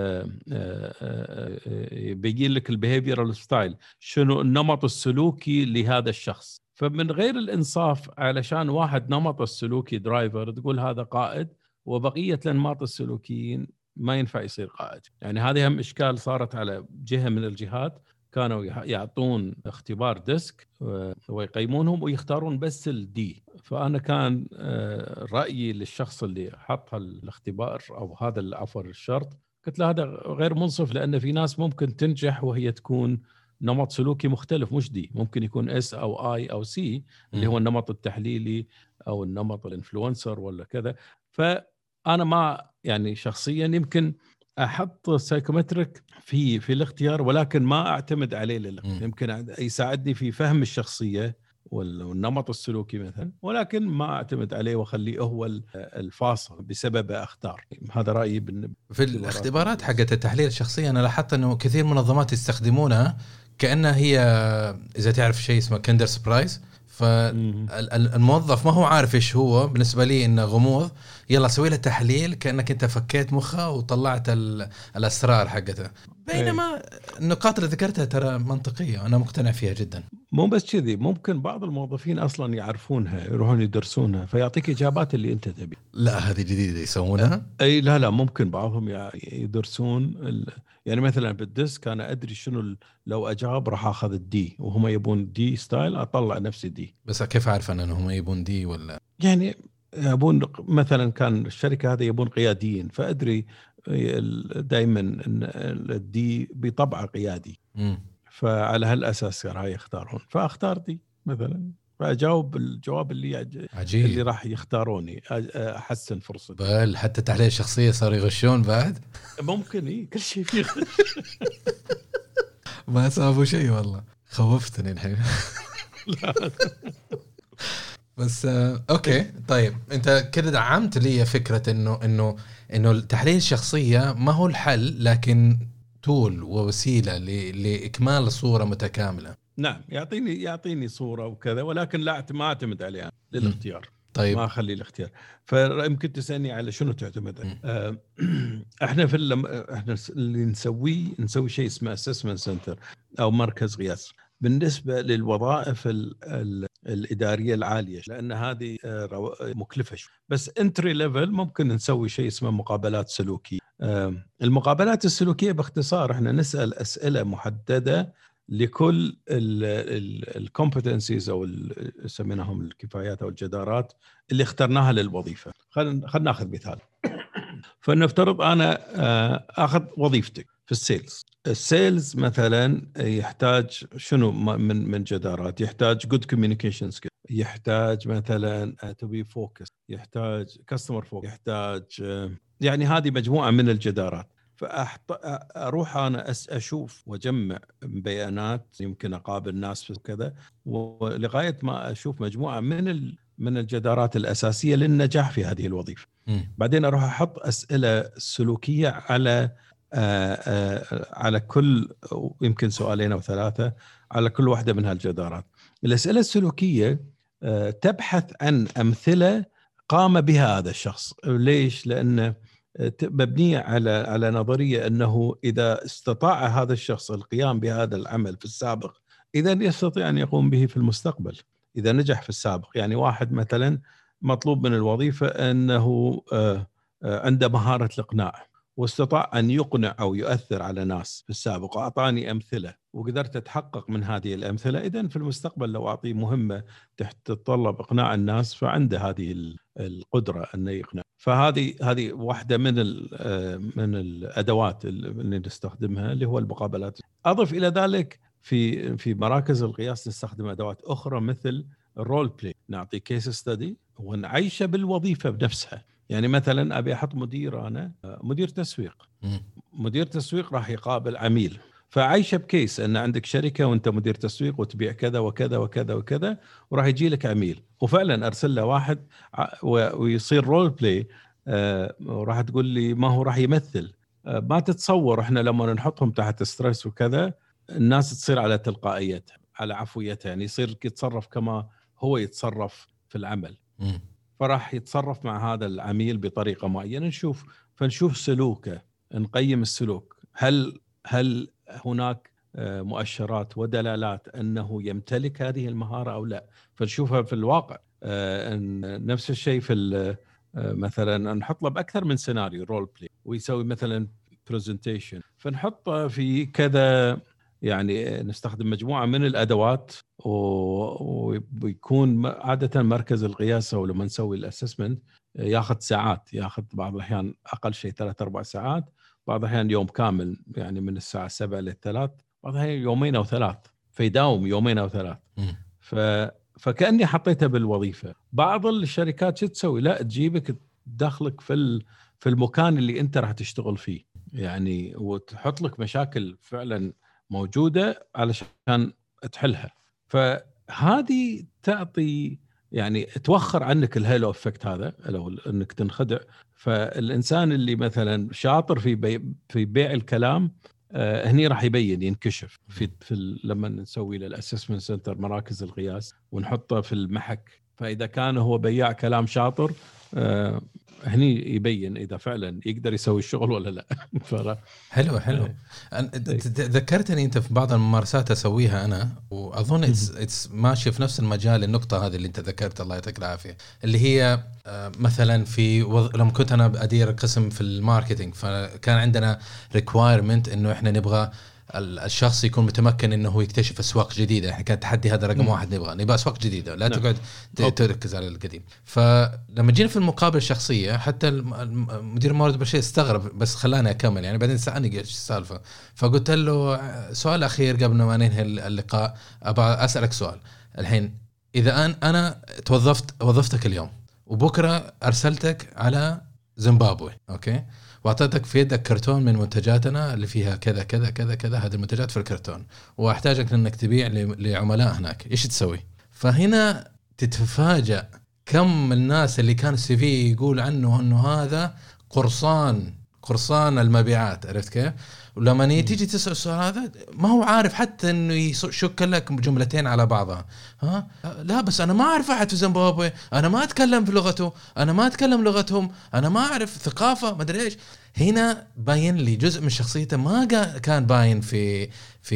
بيجي لك البيهيفيرال ستايل، شنو النمط السلوكي لهذا الشخص. فمن غير الإنصاف علشان واحد نمط السلوكي درايفر تقول هذا قائد، وبقية الأنماط السلوكيين ما ينفع يصير قائد. يعني هذه هم إشكال صارت على جهة من الجهات، كانوا يعطون اختبار ديسك ويقيمونهم ويختارون بس الدي. فأنا كان رأيي للشخص اللي حط الاختبار أو هذا العفر الشرط، قلت له هذا غير منصف، لأن في ناس ممكن تنجح وهي تكون نمط سلوكي مختلف مش دي، ممكن يكون اس أو اي أو سي اللي هو النمط التحليلي أو النمط الانفلونسر ولا كذا. فأنا ما يعني شخصيا يمكن أحط سايكومتريك في الاختيار، ولكن ما أعتمد عليه يمكن يساعدني في فهم الشخصية والنمط السلوكي مثلا، ولكن ما أعتمد عليه وخليه هو الفاصل بسبب أختار. هذا رأيي في الاختبارات حقت التحليل الشخصي. أنا لاحظت أنه كثير منظمات يستخدمونها كأنها هي إذا تعرف شيء اسمه كندر سبرايز، فالموظف ما هو عارف إيش هو، بالنسبة لي إنه غموض، يلا سوي له تحليل كأنك أنت فكيت مخه وطلعت الأسرار حقته. بينما النقاط اللي ذكرتها ترى منطقية، أنا مقتنع فيها جدا. مو بس كذي، ممكن بعض الموظفين أصلا يعرفونها يروحون يدرسونها فيعطيك إجابات اللي أنت تبي. لا هذه جديدة يسوونها. أي لا ممكن بعضهم يدرسون يعني مثلا بالديسك أنا أدري شنو لو أجاب راح أخذ الدي وهم يبون دي ستايل، أطلع نفسي دي. بس كيف أعرف أن هم يبون دي ولا يعني يبون مثلا كان الشركة هذا يبون قياديين، فأدري دائما ان الدي بطبع قيادي. فعلى هالاساس راح يختارون، فاختار دي مثلا، فاجاوب الجواب اللي عجيب. اللي راح يختاروني احسن فرصه. بل حتى تحليل الشخصيه صار يغشون بعد. ممكن كل شيء فيه ما سابوا شيء والله، خوفتني الحين. بس اوكي طيب، انت كده دعمت لي فكره انه تحليل الشخصيه ما هو الحل، لكن تول ووسيله لاكمال صوره متكامله. نعم، يعطيني صوره وكذا، ولكن لا ما اعتمد عليها للاختيار. طيب ما اخلي الاختيار. فيمكن تسالني على شنو تعتمد. احنا احنا اللي نسوي شيء اسمه اسسمنت سنتر او مركز قياس بالنسبه للوظائف الاداريه العاليه، لان هذه مكلفه شوي. بس انتري ليفل ممكن نسوي شيء اسمه مقابلات سلوكيه. المقابلات السلوكيه باختصار احنا نسال اسئله محدده لكل الكومبتنسيز او سميناهم الكفايات او الجدارات اللي اخترناها للوظيفه. خلينا ناخذ مثال. فلنفترض انا اخذ وظيفتك في السيلز مثلا يحتاج شنو من جدارات؟ يحتاج good communication skills، يحتاج مثلا to be focused، يحتاج customer focus، يحتاج يعني هذه مجموعه من الجدارات. فأروح أنا أشوف وجمع بيانات، يمكن أقابل ناس وكذا، ولغاية ما أشوف مجموعة من الجدارات الأساسية للنجاح في هذه الوظيفة. بعدين أروح أحط أسئلة سلوكية على كل، يمكن سؤالين أو ثلاثة على كل واحدة من هالجدارات. الأسئلة السلوكية تبحث عن أمثلة قام بها هذا الشخص. ليش؟ لأن مبنية على نظرية أنه إذا استطاع هذا الشخص القيام بهذا العمل في السابق، إذا يستطيع أن يقوم به في المستقبل. إذا نجح في السابق، يعني واحد مثلا مطلوب من الوظيفة أنه عنده مهارة الإقناع، واستطاع أن يقنع أو يؤثر على ناس في السابق، وأعطاني أمثلة وقدرت أتحقق من هذه الأمثلة، إذن في المستقبل لو أعطيه مهمة تتطلب إقناع الناس فعنده هذه القدرة أن يقنع. فهذه واحدة من الأدوات اللي نستخدمها اللي هو المقابلات. أضف إلى ذلك في مراكز القياس نستخدم أدوات أخرى مثل الرول بلاي، نعطي كيس ستدي ونعيشه بالوظيفة بنفسها. يعني مثلا أبي أحط أنا مدير تسويق. مدير تسويق راح يقابل عميل، فعيشه بكيس أن عندك شركة وأنت مدير تسويق وتبيع كذا وكذا وكذا وكذا، وراح يجي لك عميل، وفعلا أرسل له واحد ويصير رول بلاي. وراح تقول لي ما هو راح يمثل. ما تتصور إحنا لما نحطهم تحت ستريس وكذا الناس تصير على تلقائيتها، على عفويتها، يعني يصير يتصرف كما هو يتصرف في العمل. فراح يتصرف مع هذا العميل بطريقة معينة، فنشوف سلوكه، نقيم السلوك. هل هناك مؤشرات ودلالات أنه يمتلك هذه المهارة أو لا؟ فنشوفها في الواقع. نفس الشيء في مثلا نحط له بأكثر من سيناريو رول بلاي، ويسوي مثلا برزنتيشن، فنحطه في كذا. يعني نستخدم مجموعة من الأدوات، ويكون عادة مركز القياس أو لما نسوي الأسسمنت ياخذ ساعات، ياخذ بعض الأحيان أقل شيء 3-4 ساعات، بعض الأحيان يوم كامل، يعني من الساعة 7 ل3، بعض الأحيان يومين أو 3، فيداوم يومين أو 3. فكأني حطيته بالوظيفة. بعض الشركات شو تسوي؟ لا، تجيبك تدخلك في المكان اللي أنت راح تشتغل فيه، يعني وتحط لك مشاكل فعلا موجودة علشان تحلها. فهذه تعطي يعني توخر عنك الهالو افكت هذا، لو انك تنخدع. فالانسان اللي مثلا شاطر في بيع الكلام هني راح يبين، ينكشف لما نسوي للاسسمنت سنتر مراكز القياس ونحطه في المحك. فاذا كان هو بياع كلام شاطر هني يبين إذا فعلا يقدر يسوي الشغل ولا لا. حلو. ذكرتني أنت في بعض الممارسات أسويها أنا، وأظن it's ماشي في نفس المجال. النقطة هذه اللي أنت ذكرت الله يعطيك العافية، اللي هي مثلا لما كنت أنا أدير قسم في الماركتينج، فكان عندنا requirement إنه إحنا نبغى الشخص يكون متمكن انه يكتشف اسواق جديده. احنا كان تحدي هذا رقم واحد، نبغى اسواق جديده، لا تقعد تركز على القديم. فلما جينا في المقابله الشخصيه، حتى مدير الموارد البشريه استغرب، بس خلاني اكمل. يعني بعدين سالني ايش السالفه، فقلت له سؤال اخير قبل ما ننهي اللقاء، ابى اسالك سؤال. الحين اذا انا وظفتك اليوم، وبكره ارسلتك على زيمبابوي، اوكي، واعطيتك في يدك كرتون من منتجاتنا اللي فيها كذا كذا كذا كذا، هذه المنتجات في الكرتون، واحتاجك انك تبيع لعملاء هناك، ايش تسوي؟ فهنا تتفاجأ كم الناس اللي كان السي في يقول عنه انه هذا قرصان المبيعات، عرفت كيف؟ ولما تيجي تسأل السؤال هذا ما هو عارف حتى انه يشك لك جملتين على بعضها. ها لا بس انا ما اعرف احد في زيمبابوي، انا ما اتكلم في لغته، انا ما اتكلم لغتهم، انا ما اعرف ثقافه ما ادري ايش. هنا باين لي جزء من شخصيته ما كان باين في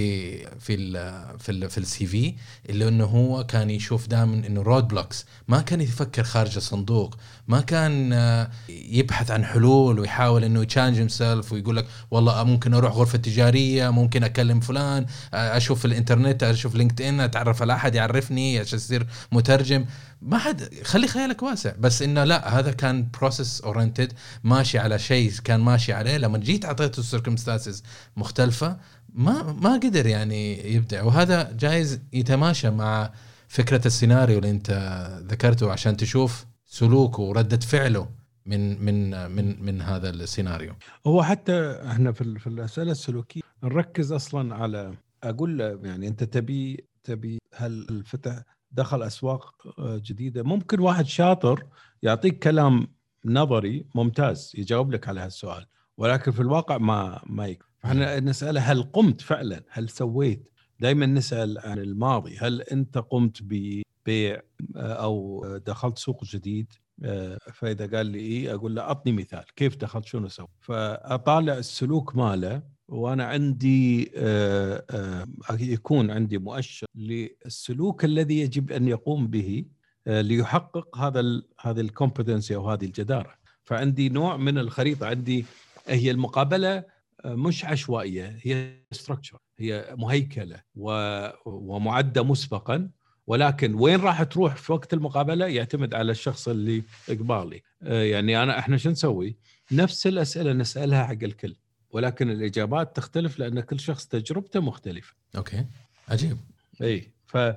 السي في، اللي انه هو كان يشوف دائما انه رود بلوكس، ما كان يفكر خارج الصندوق، ما كان يبحث عن حلول ويحاول انه يتشالنج himself ويقول لك والله ممكن اروح غرفه تجاريه، ممكن اكلم فلان، اشوف في الانترنت، اشوف لينكد ان، اتعرف على احد يعرفني عشان اصير مترجم. ما حد خلي خيالك واسع. بس انه لا، هذا كان بروسيس اورينتد، ماشي على شيء كان ماشي عليه. لما جيت اعطيته سيركمستانسز مختلفه ما قدر يعني يبدع. وهذا جايز يتماشى مع فكره السيناريو اللي انت ذكرته عشان تشوف سلوكه وردة فعله من هذا السيناريو. هو حتى احنا في الأسئلة السلوكية نركز أصلا على، أقول له يعني أنت تبي هل الفتح دخل أسواق جديدة؟ ممكن واحد شاطر يعطيك كلام نظري ممتاز يجاوب لك على هالسؤال، ولكن في الواقع ما يكفي. فاحنا نسأله هل قمت فعلا، هل سويت. دائما نسأل عن الماضي، هل أنت قمت ببيع أو دخلت سوق جديد؟ فإذا قال لي إيه، أقول له أعطني مثال كيف دخلت، شنو سوي. فأطالع السلوك ماله، وأنا عندي يكون عندي مؤشر للسلوك الذي يجب أن يقوم به ليحقق هذا الكومبتنسي أو هذه الجدارة. فعندي نوع من الخريطة، عندي هي المقابلة مش عشوائية، هي ستراكشر، هي مهيكلة ومعدة مسبقا، ولكن وين راح تروح في وقت المقابلة يعتمد على الشخص اللي إقبالي. يعني احنا شو نسوي؟ نفس الأسئلة نسألها حق الكل، ولكن الإجابات تختلف لأن كل شخص تجربته مختلفة. أوكي، عجيب. إيه،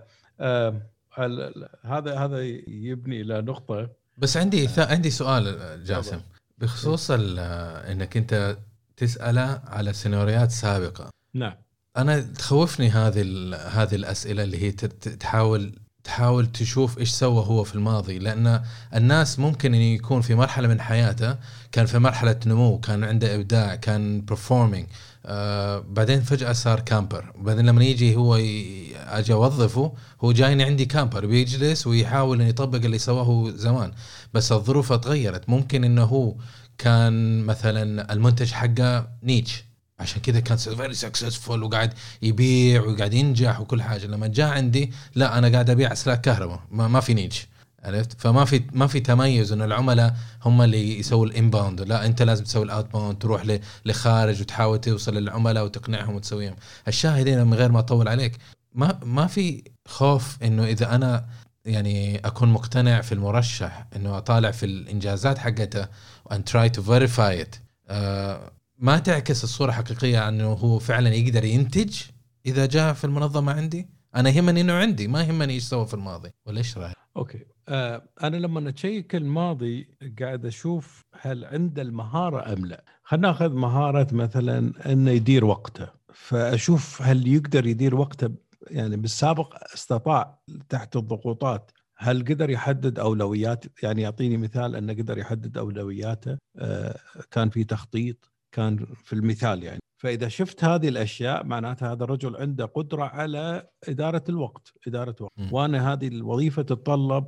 هذا يبني إلى نقطة. بس عندي سؤال جاسم بخصوص إنك أنت تسأله على سيناريوهات سابقة. نعم. أنا تخوفني هذه الأسئلة اللي هي تحاول تشوف إيش سوى هو في الماضي، لأن الناس ممكن أن يكون في مرحلة من حياته كان في مرحلة نمو، كان عنده إبداع، كان performing، بعدين فجأة صار كامبر. بعدين لما يجي هو أجي أوظفه، هو جايني عندي كامبر بيجلس ويحاول أن يطبق اللي سواه زمان، بس الظروف اتغيرت. ممكن أنه هو كان مثلا المنتج حقه نيتش، عشان كذا كان very successful وقاعد يبيع وقاعد ينجح وكل حاجة. لما جاء عندي لا، أنا قاعد أبيع أسلاك كهرباء، ما في نيتش، عرفت؟ فما في تميز إنه العملاء هم اللي يسووا الانباوند، لا أنت لازم تسوي الاوتباوند، تروح لخارج وتحاول توصل للعملاء وتقنعهم وتسويهم. الشاهدين من غير ما أطول عليك، ما في خوف إنه إذا أنا يعني أكون مقتنع في المرشح إنه أطالع في الإنجازات حقته and try to verify it، ما تعكس الصورة حقيقية أنه هو فعلا يقدر ينتج إذا جاء في المنظمة عندي. أنا يهمني إنه عندي، ما يهمني إيش سوى في الماضي ولا إيش رأيك؟ أوكي. أنا لما نتشيك الماضي قاعد أشوف هل عنده المهارة أم لا. خلنا نأخذ مهارة مثلا أنه يدير وقته، فأشوف هل يقدر يدير وقته، يعني بالسابق استطاع تحت الضغوطات، هل قدر يحدد أولويات. يعني يعطيني مثال أنه قدر يحدد أولوياته، كان في تخطيط، كان في المثال يعني. فإذا شفت هذه الأشياء معناتها هذا الرجل عنده قدرة على إدارة الوقت. وأنا هذه الوظيفة تتطلب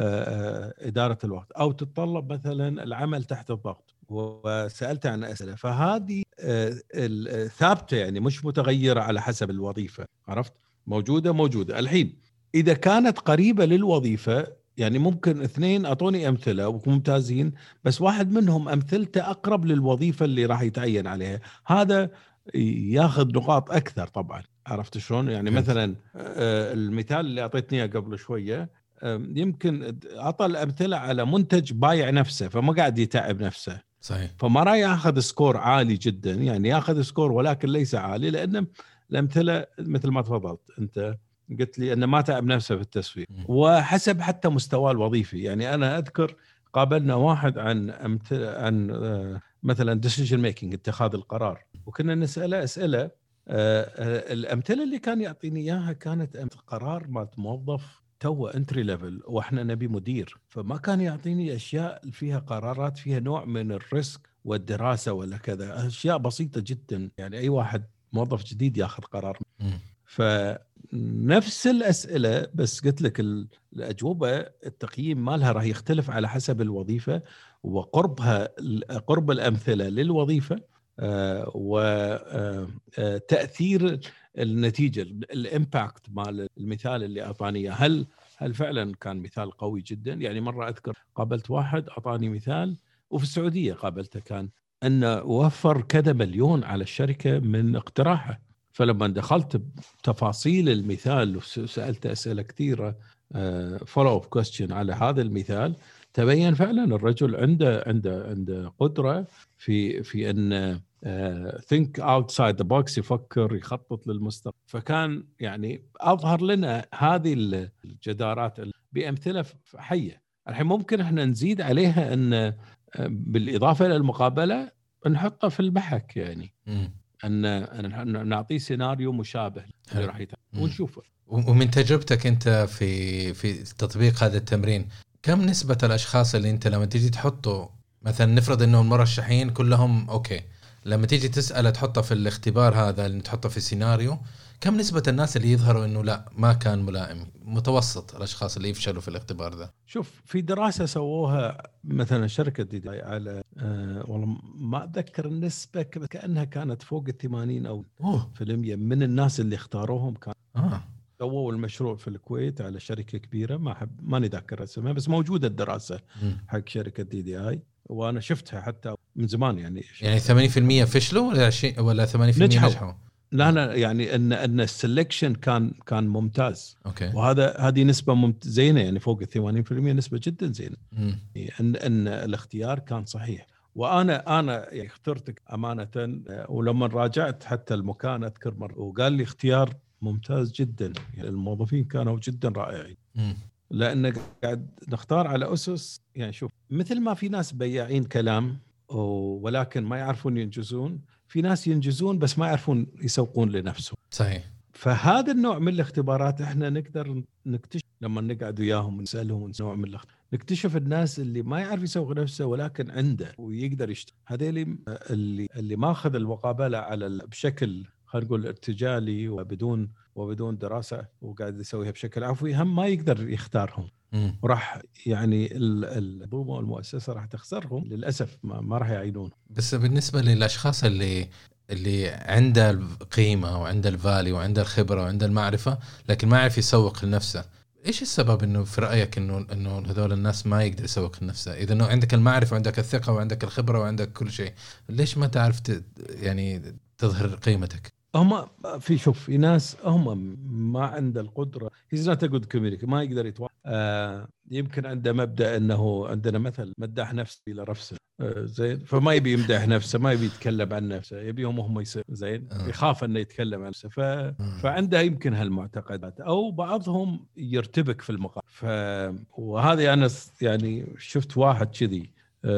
إدارة الوقت، أو تتطلب مثلا العمل تحت الضغط، وسألت عن أسئلة. فهذه الثابتة يعني مش متغيرة على حسب الوظيفة، عرفت؟ موجودة الحين. إذا كانت قريبة للوظيفة، يعني ممكن اثنين أعطوني أمثلة وممتازين، بس واحد منهم أمثلته أقرب للوظيفة اللي راح يتعين عليها، هذا ياخذ نقاط أكثر طبعا. عرفت شلون؟ يعني مثلا المثال اللي أعطيتني قبل شوية، يمكن أعطى الأمثلة على منتج بايع نفسه، فما قاعد يتعب نفسه. صحيح. فما راح ياخذ سكور عالي جدا، يعني ياخذ سكور ولكن ليس عالي، لأن الأمثلة مثل ما تفضلت أنت قلت لي أنه ما تعب نفسه في التسويق، وحسب حتى مستوى الوظيفي. يعني أنا أذكر قابلنا واحد عن مثلا decision making، اتخاذ القرار، وكنا نسأله أسئلة. الأمثلة اللي كان يعطيني إياها كانت قرار مالت موظف تو انتري ليفل وإحنا نبي مدير، فما كان يعطيني أشياء فيها قرارات فيها نوع من الريسك والدراسة ولا كذا، أشياء بسيطة جدا يعني أي واحد موظف جديد ياخذ قرار. فنفس الأسئلة بس قلت لك الأجوبة التقييم مالها راح يختلف على حسب الوظيفة وقربها، قرب الأمثلة للوظيفة وتأثير النتيجة، الإمباكت مال المثال اللي أعطاني. هل فعلا كان مثال قوي جدا؟ يعني مرة أذكر قابلت واحد أعطاني مثال، وفي السعودية قابلته، كان أنه وفر كذا مليون على الشركة من اقتراحه. فلما دخلت بتفاصيل المثال وسألت أسئلة كثيرة follow up question على هذا المثال، تبين فعلا الرجل عنده قدرة في أن think outside the box، يفكر يخطط للمستقبل. فكان يعني أظهر لنا هذه الجدارات بأمثلة حية. الحين ممكن احنا نزيد عليها أن بالإضافة إلى المقابلة نحطها في البحث، يعني أن نعطيه سيناريو مشابه اللي راح يتعامل ونشوفه. ومن تجربتك أنت في تطبيق هذا التمرين، كم نسبة الأشخاص اللي أنت لما تيجي تحطه، مثلا نفرض إنه المرشحين كلهم أوكي، لما تيجي تسأل تحطه في الاختبار هذا اللي تحطه في سيناريو، كم نسبة الناس اللي يظهروا إنه لا ما كان ملائم؟ متوسط الأشخاص اللي يفشلوا في الاختبار ده. شوف في دراسة سووها مثلا شركة ديداي على والله ما أتذكر النسبة، كأنها كانت فوق 80 أو في المية من الناس اللي اختاروهم كان سووا المشروع في الكويت على شركة كبيرة، ما نذكر اسمها، بس موجودة الدراسة حق شركة DDI وأنا شفتها حتى من زمان. يعني 80% فشلوا ولا 80% نجحوا؟ لا يعني ان السلكشن كان ممتاز. أوكي. هذه نسبه زينه، يعني فوق 80% نسبه جدا زينه. ان الاختيار كان صحيح. وانا يعني اخترتك امانه، ولما راجعت حتى المكان اذكر مره وقال لي اختيار ممتاز جدا، يعني الموظفين كانوا جدا رائعين. لان قاعد نختار على اسس، يعني شوف مثل ما في ناس بياعين كلام ولكن ما يعرفون ينجزون، في ناس ينجزون بس ما يعرفون يسوقون لنفسهم. صحيح. فهذا النوع من الاختبارات احنا نقدر نكتشف لما نقعد وياهم ونسألهم نوع من نكتشف الناس اللي ما يعرف يسوق نفسه ولكن عنده ويقدر يشتغل. هذول اللي ماخذ المقابلة على بشكل خلينا نقول ارتجالي وبدون دراسة وقاعد يسويها بشكل عفوي، هم ما يقدر يختارهم. وراح يعني المنظومه والمؤسسه راح تخسرهم للاسف، ما راح يعينون. بس بالنسبه للاشخاص اللي عنده القيمه وعنده الفالي وعنده الخبره وعنده المعرفه لكن ما يعرف يسوق لنفسه، ايش السبب انه في رايك انه هذول الناس ما يقدر يسوق لنفسه؟ اذا انه عندك المعرفه وعندك الثقه وعندك الخبره وعندك كل شيء، ليش ما تعرف يعني تظهر قيمتك؟ في ناس هم ما عنده القدره، he's not a good communicator، ما يقدر يتواصل. يمكن عنده مبدا انه عندنا مثل مدح نفسه الى رفسه، زين، فما يبي يمدح نفسه، ما يبي يتكلم عن نفسه، يبيهم هم يصير زين، يخاف انه يتكلم عن نفسه. فعنده يمكن هالمعتقدات، او بعضهم يرتبك في المقابله. وهذه انا يعني شفت واحد كذي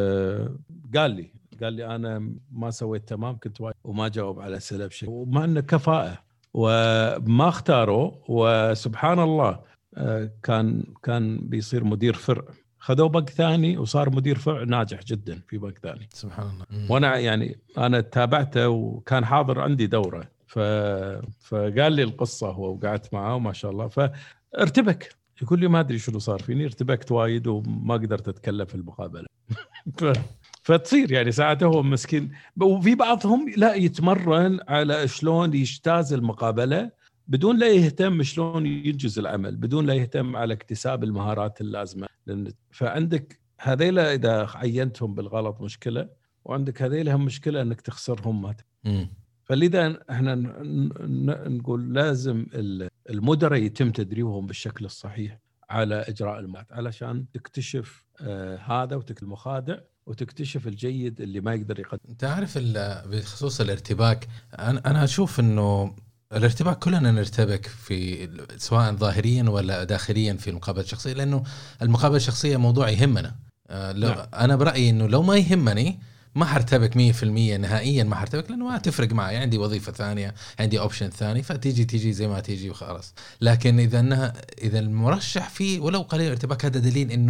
قال لي أنا ما سويت تمام، كنت وايد وما جاوب على أسئلة بشيء، ومع أنه كفاءة وما اختاره. وسبحان الله كان بيصير مدير فرع، خذوه بنك ثاني وصار مدير فرع ناجح جدا في بنك ثاني. سبحان الله. وأنا يعني أنا تابعته وكان حاضر عندي دورة، فقال لي القصة هو وقعدت معه وما شاء الله. فارتبك، يقول لي ما أدري شو صار فيني، ارتبكت وايد وما قدرت أتكلم في المقابلة. فتصير يعني ساعته هو مسكين. وفي بعضهم لا يتمرن على شلون يجتاز المقابلة بدون لا يهتم شلون ينجز العمل، بدون لا يهتم على اكتساب المهارات اللازمة. فعندك هذيل إذا عينتهم بالغلط مشكلة، وعندك هذيل هم مشكلة أنك تخسرهم. فلذا احنا نقول لازم المدراء يتم تدريبهم بالشكل الصحيح على إجراء المهارات علشان تكتشف هذا وتكتشف المخادع وتكتشف الجيد اللي ما يقدر يقدم. انت عارف بخصوص الارتباك، انا اشوف انه الارتباك كلنا نرتبك في سواء ظاهريا ولا داخليا في المقابله الشخصيه، لانه المقابله الشخصيه موضوع يهمنا. انا برايي انه لو ما يهمني ما حرتبك 100% نهائيا، ما حرتبك لانه ما تفرق معي، عندي وظيفه ثانيه، عندي اوبشن ثاني، فتيجي زي ما تيجي وخلاص. لكن اذا المرشح فيه ولو قليل ارتباك، هذا دليل انه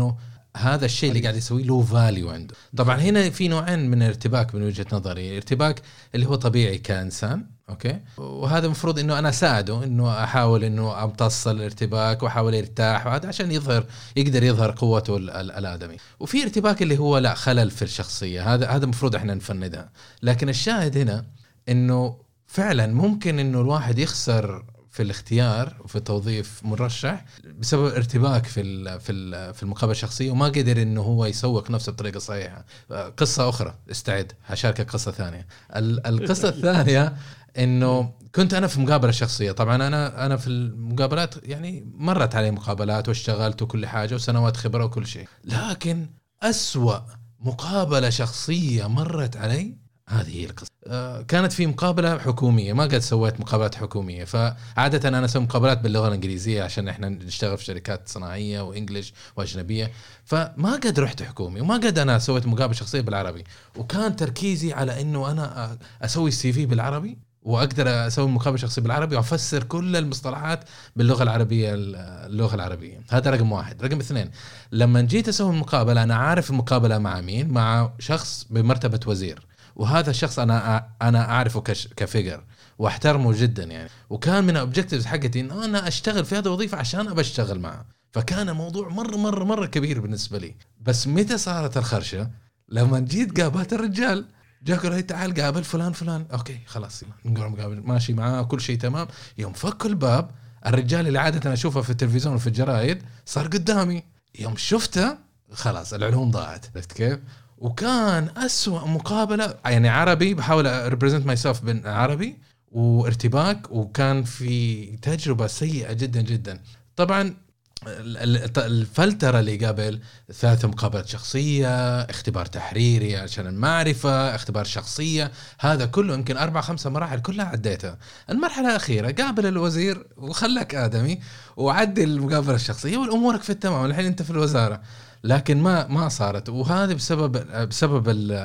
هذا الشيء اللي قاعد يسويه له فاليو عنده. طبعا هنا في نوعين من الارتباك من وجهة نظري. ارتباك اللي هو طبيعي كإنسان، أوكي، وهذا المفروض إنه أنا أساعده، إنه أحاول إنه أمتص الارتباك وأحاول يرتاح، وهذا عشان يقدر يظهر قوته الآدمي. وفي ارتباك اللي هو لا، خلل في الشخصية، هذا المفروض إحنا نفندها. لكن الشاهد هنا إنه فعلا ممكن إنه الواحد يخسر في الاختيار وفي توظيف مرشح بسبب ارتباك في المقابله الشخصيه، وما قدر انه هو يسوق نفسه بطريقه صحيحه. قصه اخرى، استعد هشاركك قصه ثانيه. القصه الثانيه انه كنت انا في مقابله شخصيه. طبعا انا في المقابلات يعني مرت علي مقابلات واشتغلت وكل حاجه وسنوات خبره وكل شيء، لكن أسوأ مقابله شخصيه مرت علي هذه هي القصة. كانت في مقابلة حكومية، ما قد سويت مقابلات حكومية، فعادة أنا أسوي مقابلات باللغة الإنجليزية عشان إحنا نشتغل في شركات صناعية وإنجليش وأجنبية، فما قد رحت حكومي، وما قد أنا سويت مقابلة شخصية بالعربي. وكان تركيزي على إنه أنا أسوي CV بالعربي وأقدر أسوي مقابلة شخصية بالعربي وأفسر كل المصطلحات باللغة العربية. اللغة العربية هذا رقم واحد. رقم اثنين، لما جيت أسوي المقابلة أنا عارف المقابلة مع مين، مع شخص بمرتبة وزير، وهذا الشخص أنا أعرفه كفيجر واحترمه جدا يعني، وكان من الأوبجكتيفز حقتي إن أنا أشتغل في هذا الوظيفة عشان أبى أشتغل معه. فكان موضوع مرة كبير بالنسبة لي. بس متى صارت الخرشة؟ لما جيت قابلت الرجال، جاكوا لي تعال قابل فلان، أوكي خلاص نقول مقابل ماشي معاه كل شيء تمام. يوم فك الباب، الرجال اللي عادة أنا أشوفه في التلفزيون وفي الجرايد صار قدامي. يوم شفته خلاص العلوم ضاعت. عرفت كيف؟ وكان أسوأ مقابلة يعني عربي، بحاول represent myself بين عربي وارتباك، وكان في تجربة سيئة جدا جدا. طبعا الفلترة اللي قبل 3 مقابلات شخصية، اختبار تحريري عشان المعرفة، اختبار شخصية، هذا كله يمكن 4-5 مراحل كلها عديتها. المرحلة الأخيرة قابل الوزير وخلك آدمي وعدي المقابلة الشخصية والأمورك في التمام، الحين أنت في الوزارة. لكن ما صارت، وهذا بسبب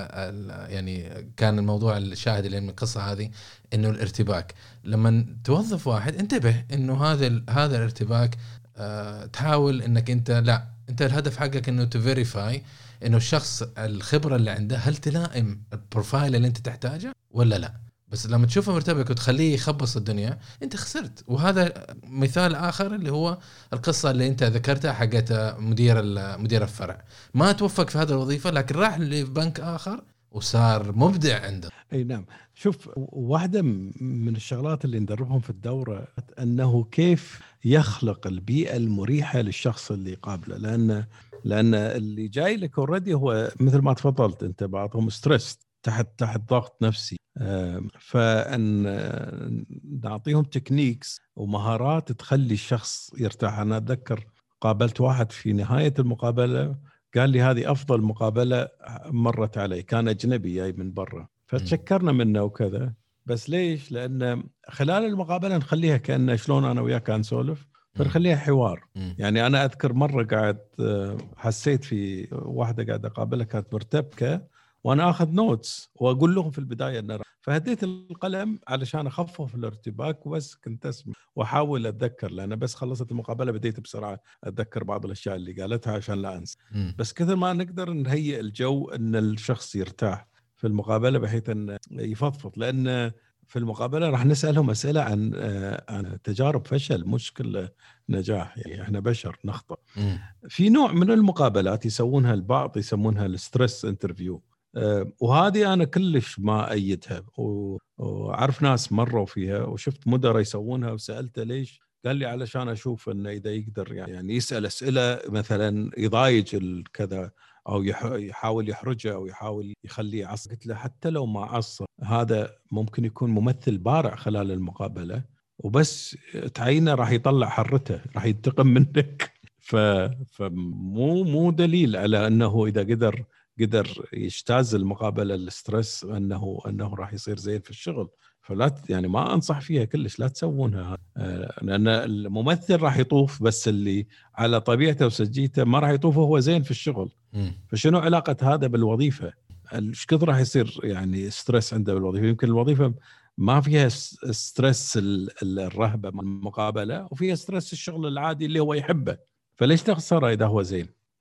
يعني كان الموضوع الشاهد اللي من القصة هذه إنه الارتباك. لما توظف واحد انتبه إنه هذا الارتباك، تحاول إنك أنت الهدف حقك إنه تفيريفاي إنه الشخص الخبرة اللي عنده هل تلائم البروفايل اللي أنت تحتاجه ولا لا. بس لما تشوفه مرتبك وتخليه يخبص الدنيا انت خسرت. وهذا مثال آخر اللي هو القصة اللي انت ذكرتها حقت مدير الفرع، ما توفق في هذا الوظيفة لكن راح لبنك آخر وصار مبدع عنده. اي نعم. شوف، واحدة من الشغلات اللي ندربهم في الدورة انه كيف يخلق البيئة المريحة للشخص اللي قابله، لأن اللي جاي لك اوريدي هو مثل ما تفضلت انت، بعضهم ستريس تحت ضغط نفسي. فأن نعطيهم تكنيكس ومهارات تخلي الشخص يرتاح. أنا أتذكر قابلت واحد في نهاية المقابلة قال لي هذه أفضل مقابلة مرت علي، كان أجنبي جاي من برا، فتشكرنا منه وكذا. بس ليش؟ لأن خلال المقابلة نخليها كأنه شلون أنا وياك كان نسولف، فنخليها حوار. يعني أنا أذكر مرة قاعد حسيت في واحدة قاعدة أقابلها كانت مرتبكة وأنا أخذ نوتس وأقول لهم في البداية أن فهديت القلم علشان أخفف الارتباك، وبس كنت أسمع وأحاول أتذكر، لأن بس خلصت المقابلة بديت بسرعة أتذكر بعض الأشياء اللي قالتها عشان لا أنسى. بس كثر ما نقدر نهيئ الجو أن الشخص يرتاح في المقابلة بحيث أن يفضفض، لأن في المقابلة راح نسألهم أسئلة عن تجارب فشل، مشكلة نجاح. يعني إحنا بشر نخطأ. في نوع من المقابلات يسوونها البعض يسمونها الستريس انترفيو، وهذه أنا كلش ما أيدها، وعرف ناس مروا فيها وشفت مدراء يسوونها وسألته ليش، قال لي علشان أشوف أنه إذا يقدر يعني يسأل أسئلة مثلا يضايج الكذا أو يحاول يحرجه أو يحاول يخليه يعصب. قلت له حتى لو ما عصب هذا ممكن يكون ممثل بارع خلال المقابلة، وبس تعينه راح يطلع حرته، راح ينتقم منك. فمو دليل على أنه إذا قدر يجتاز المقابلة الاسترس أنه راح يصير زين في الشغل. فلا يعني ما أنصح فيها كلش، لا تسوونها، لأن الممثل راح يطوف بس اللي على طبيعته وسجيته ما راح يطوف هو زين في الشغل. فشنو علاقة هذا بالوظيفة؟ ايش كثر راح يصير يعني ستريس عنده بالوظيفة؟ يمكن الوظيفة ما فيها ستريس الرهبة من المقابلة، وفيها ستريس الشغل العادي اللي هو يحبه، فليش تخسره إذا هو زين؟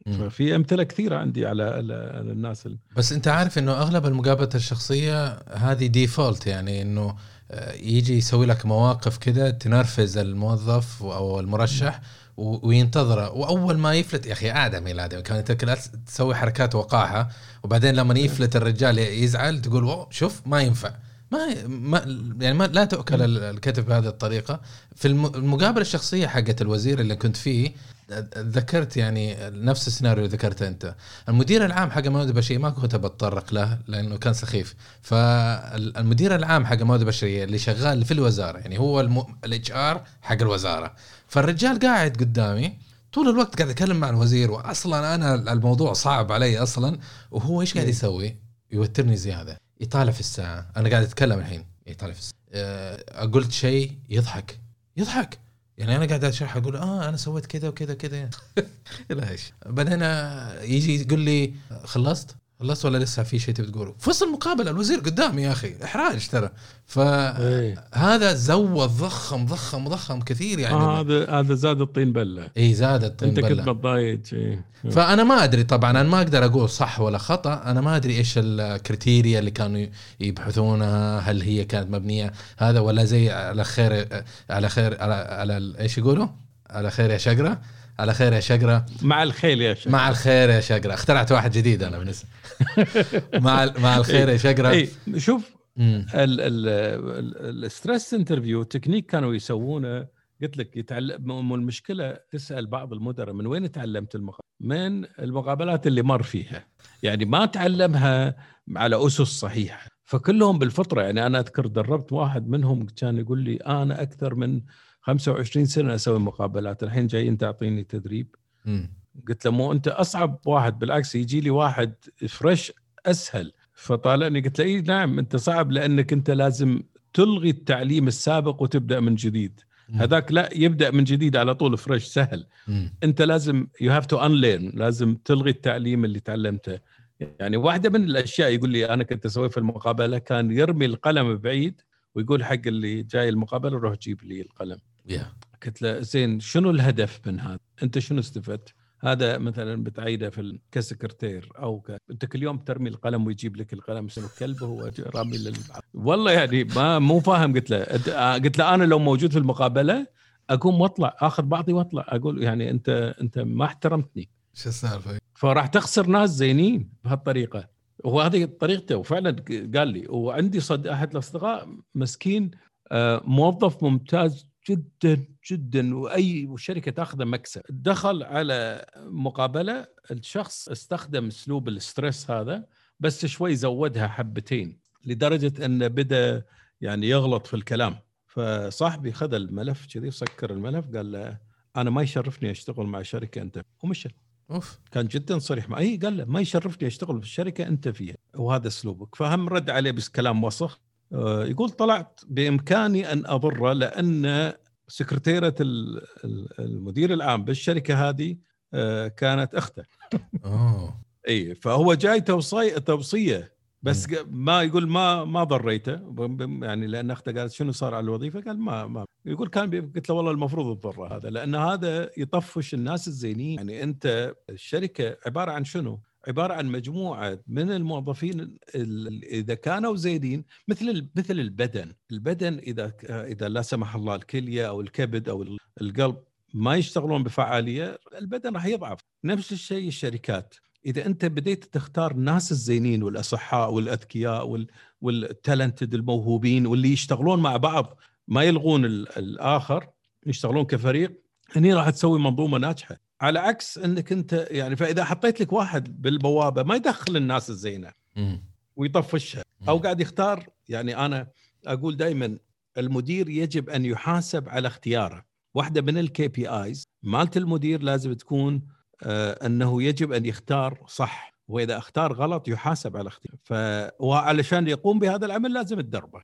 ففي امثله كثيره عندي على الناس بس انت عارف انه اغلب المقابلات الشخصيه هذه ديفولت، يعني انه يجي يسوي لك مواقف كده تنرفز الموظف او المرشح وينتظره، واول ما يفلت يا اخي ادمي كانت تسوي حركات وقاحه، وبعدين لما يفلت الرجال يزعل تقول شوف ما ينفع، ما لا تؤكل الكتف بهذه الطريقه. في المقابله الشخصيه حقت الوزير اللي كنت فيه ذكرت يعني نفس السيناريو اللي ذكرته انت. المدير العام حق موارد البشريه ما كنت بتطرق له لانه كان سخيف. فالمدير العام حق موارد البشريه اللي شغال في الوزاره، يعني هو الاتش ار حق الوزاره، فالرجال قاعد قدامي طول الوقت قاعد يتكلم مع الوزير، واصلا انا الموضوع صعب علي اصلا، وهو ايش قاعد يسوي؟ يوترني زياده، يطالع في الساعه. انا قاعد اتكلم الحين يطالع في الساعه، قلت شيء يضحك يعني انا قاعد اشرح اقول انا سويت كذا وكذا كذا لا ايش. بعدين يجي يقول لي خلصت ولا لسه في شيء تبي تقوله؟ فصل مقابله الوزير قدامي يا اخي، احراج ترى. فهذا زود ضخم كثير يعني. هذا زاد الطين بله. زاد الطين بله. انت كنت متضايق. فانا ما ادري طبعا، انا ما اقدر اقول صح ولا خطا، انا ما ادري ايش الكريتيريا اللي كانوا يبحثونها، هل هي كانت مبنيه هذا ولا زي على خير على ايش يقولوا، على خير يا شقره، على خير يا شقره، مع الخير يا شقره، مع الخير يا شقره. اخترعت واحد جديد انا بالنسبه مع الخير يا شقره. شوف الستريس انترفيو تكنيك كانوا يسوونه. قلت لك يتعلم. المشكله تسال بعض المدراء من وين تعلمت من المقابلات اللي مر فيها، يعني ما تعلمها على اسس صحيحه. فكلهم بالفطره، يعني انا اذكر دربت واحد منهم كان يقول لي انا اكثر من 25 سنه اسوي مقابلات، الحين جاي انت تعطيني تدريب. قلت له مو انت اصعب واحد، بالعكس يجي لي واحد فريش اسهل. فطالعني قلت له نعم انت صعب، لانك انت لازم تلغي التعليم السابق وتبدا من جديد. هذاك لا، يبدا من جديد على طول فريش سهل. انت لازم you have to unlearn، لازم تلغي التعليم اللي تعلمته. يعني واحده من الاشياء يقول لي انا كنت اسوي في المقابله، كان يرمي القلم بعيد ويقول حق اللي جاي المقابله روح جيب لي القلم. قلت له زين شنو الهدف من هذا؟ انت شنو استفدت؟ هذا مثلا بتعيده في كسكرتير او انت كل يوم ترمي القلم ويجيب لك القلم، شنو كلبه هو رامي والله يعني مو فاهم. قلت له انا لو موجود في المقابله اقوم واطلع، اخذ بعضي واطلع، اقول يعني انت ما احترمتني، شو السالفه؟ فراح تخسر ناس زينين بهالطريقه. وهذه طريقته، وفعلا قال لي. وعندي احد الاصدقاء مسكين موظف ممتاز جدا جدا، واي شركه تاخذه مكسب. دخل على مقابله، الشخص استخدم اسلوب الستريس هذا، بس شوي زودها حبتين لدرجه انه بدا يعني يغلط في الكلام. فصاحبي خذ الملف كذي وسكر الملف، قال له انا ما يشرفني اشتغل مع شركه انت، ومشى. كان جدا صريح معي، قال له ما يشرفني اشتغل في الشركه انت فيها وهذا اسلوبك. فهم رد عليه بس كلام وسخ. يقول طلعت بإمكاني أن أضره، لأن سكرتيرة المدير العام بالشركة هذه كانت أخته. أي فهو جاي توصية بس ما يقول ما ضريته، يعني لأن أخته قالت شنو صار على الوظيفة، قال ما يقول كان قلت له والله المفروض تضره هذا، لأن هذا يطفش الناس الزينين. يعني أنت الشركة عبارة عن شنو؟ عبارة عن مجموعة من الموظفين إذا كانوا زينين، مثل البدن إذا لا سمح الله الكلية أو الكبد أو القلب ما يشتغلون بفعالية، البدن راح يضعف. نفس الشيء الشركات، إذا أنت بديت تختار الناس الزينين والأصحاء والأذكياء والتالنتد الموهوبين واللي يشتغلون مع بعض ما يلغون الآخر، يشتغلون كفريق، هني راح تسوي منظومة ناجحة. على عكس انك انت يعني، فاذا حطيت لك واحد بالبوابه ما يدخل الناس الزينه ويطفشها او قاعد يختار، يعني انا اقول دائما المدير يجب ان يحاسب على اختياره. واحده من الكي بي ايز مالت المدير لازم تكون انه يجب ان يختار صح، واذا اختار غلط يحاسب على اختياره. وعلشان يقوم بهذا العمل لازم تدربه،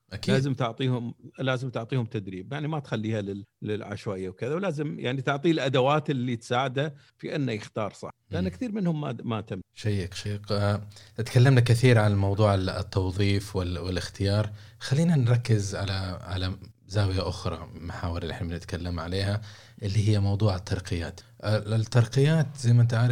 لازم تعطيهم تدريب، يعني ما تخليها للعشوائيه وكذا، ولازم يعني تعطيه الادوات اللي تساعده في انه يختار صح، لان كثير منهم ما تم. شيق تكلمنا كثير عن موضوع التوظيف والاختيار. خلينا نركز على زاويه اخرى، محاور اللي احنا بنتكلم عليها، اللي هي موضوع الترقيات. الترقيات زي ما انت عارف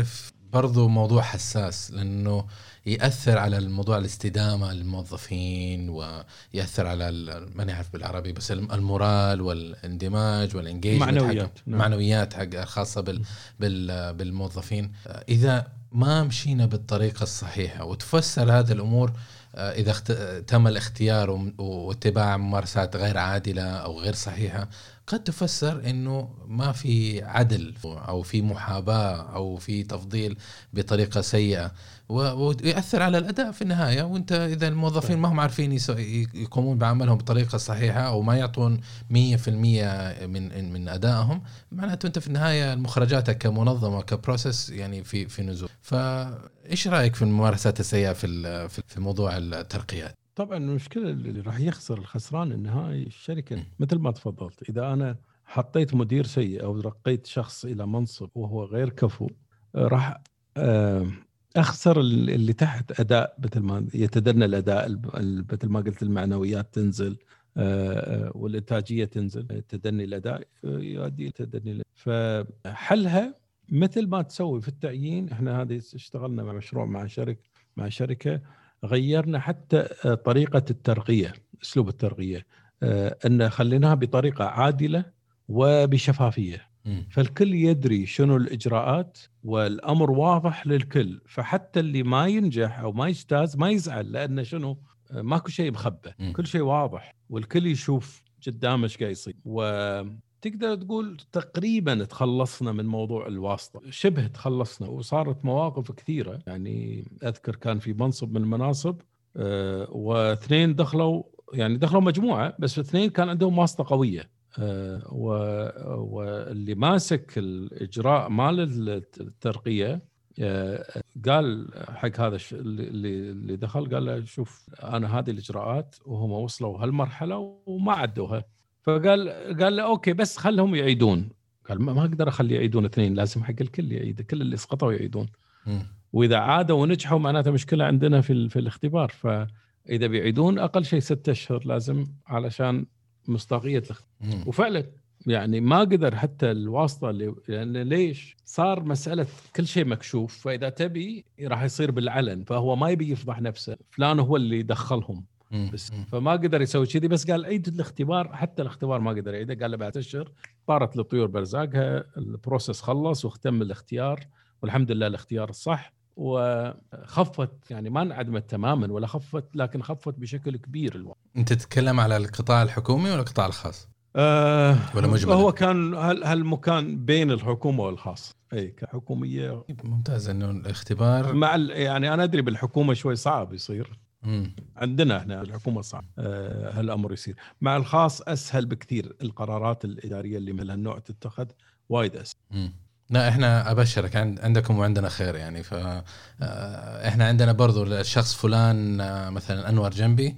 برضو موضوع حساس لأنه يأثر على الموضوع الاستدامة للموظفين، ويأثر على ما نعرف بالعربي بس المورال والاندماج والانجيجمنت، معنويات حق خاصة بالموظفين. إذا ما مشينا بالطريقة الصحيحة وتفسر هذه الأمور، إذا تم الاختيار واتباع ممارسات غير عادلة أو غير صحيحة، قد تفسر إنه ما في عدل أو في محاباة أو في تفضيل بطريقة سيئة، ويأثر على الأداء في النهاية. وانت إذا الموظفين ما هم عارفين يقومون بعملهم بطريقة صحيحة أو ما يعطون 100% من أدائهم، معناته انت في النهاية مخرجاتك كمنظمة كبروسيس يعني في نزول. فإيش رأيك في الممارسات السيئة في موضوع الترقيات؟ طبعا المشكلة اللي راح يخسر الخسران النهائي الشركة. مثل ما تفضلت، إذا أنا حطيت مدير سيء أو رقيت شخص إلى منصب وهو غير كفو، راح أخسر اللي تحت أداء، مثل ما يتدنى الأداء، مثل ما قلت المعنويات تنزل والإنتاجية تنزل، تدني الأداء يؤدي تدني. فحلها مثل ما تسوي في التعيين. احنا هذه اشتغلنا مع مشروع مع شركة غيرنا حتى طريقة الترقية، أسلوب الترقية، أن خليناها بطريقة عادلة وبشفافية، فالكل يدري شنو الإجراءات والأمر واضح للكل. فحتى اللي ما ينجح أو ما يجتاز ما يزعل، لأن شنو ماكو شيء مخبى، كل شيء واضح والكل يشوف قدامه ايش قاعد يصير. وتقدر تقول تقريبا تخلصنا من موضوع الواسطة، شبه تخلصنا. وصارت مواقف كثيرة، يعني أذكر كان في منصب من المناصب واثنين دخلوا مجموعة، بس اثنين كان عندهم واسطة قوية، واللي ماسك الإجراء مال الترقية قال حق هذا اللي دخل، قال له شوف أنا هذه الإجراءات وهم وصلوا هالمرحلة وما عدوها. فقال له أوكي بس خلهم يعيدون. قال ما أقدر أخلي يعيدون اثنين، لازم حق الكل يعيد، كل اللي سقطوا يعيدون. وإذا عادوا ونجحوا معناته مشكلة عندنا في الاختبار. فإذا بيعيدون أقل شيء 6 أشهر لازم علشان مصداقية الاختبار. وفعلا يعني ما قدر حتى الواسطة يعني ليش؟ صار مسألة كل شيء مكشوف، فإذا تبي راح يصير بالعلن، فهو ما يبي يفضح نفسه، فلان هو اللي دخلهم بس. فما قدر يسوي كذي، بس قال عيد الاختبار. حتى الاختبار ما قدر يعيده، قال له بعد أشهر طارت للطيور برزاقها، البروسيس خلص واختم الاختيار، والحمد لله الاختيار الصح. وخفت، يعني ما انعدمت تماما ولا خفت، لكن خفت بشكل كبير الوقت. انت تتكلم على القطاع الحكومي ولا القطاع الخاص؟ ولا مجمل؟ هو كان هالمكان بين الحكومة والخاص، اي كحكومية. ممتاز انه الاختبار مع يعني انا ادري بالحكومة شوي صعب يصير. عندنا هنا الحكومة صعب هالامر يصير. مع الخاص اسهل بكثير، القرارات الادارية اللي من هالنوع تتخذ وايد اسهل. لا احنا ابشرك عندكم وعندنا خير يعني. فاحنا عندنا برضو الشخص فلان مثلا انور جنبي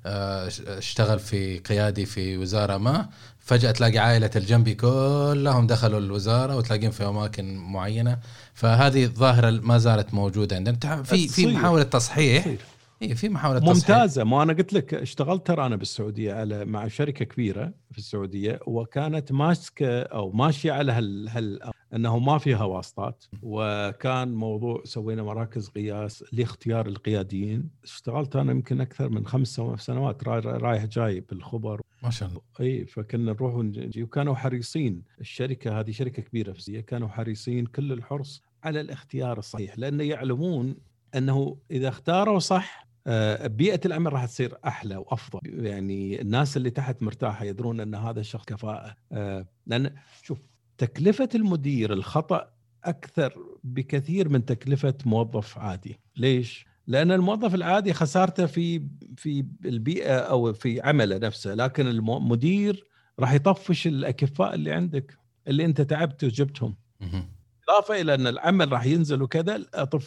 اشتغل في قيادي في وزارة ما، فجأة تلاقي عائلة الجنبي كلهم دخلوا الوزارة وتلاقيهم في أماكن معينة. فهذه ظاهرة ما زالت موجودة عندنا. في محاولة تصحيح. في محاولة ممتازة. ما أنا قلت لك اشتغلت ترى أنا بالسعودية مع شركة كبيرة في السعودية، وكانت ماسكة أو ماشية على أنه ما فيها واسطات. وكان موضوع سوينا مراكز قياس لاختيار القياديين. اشتغلت أنا يمكن أكثر من 5 سنوات رايح جاي بالخبر ما شاء الله. أي فكنا نروح ونجي، وكانوا حريصين. الشركة هذه شركة كبيرة في السعودية، كانوا حريصين كل الحرص على الاختيار الصحيح، لأنه يعلمون أنه إذا اختاروا صح بيئة العمل راح تصير أحلى وأفضل. يعني الناس اللي تحت مرتاحة، يدرون أن هذا الشخص كفاءة. لأن شوف تكلفة المدير الخطأ أكثر بكثير من تكلفة موظف عادي. ليش؟ لأن الموظف العادي خسارته في البيئة أو في عمله نفسه، لكن المدير راح يطفش الأكفاء اللي عندك اللي أنت تعبت وجبتهم. إضافة إلى أن العمل راح ينزل وكذا،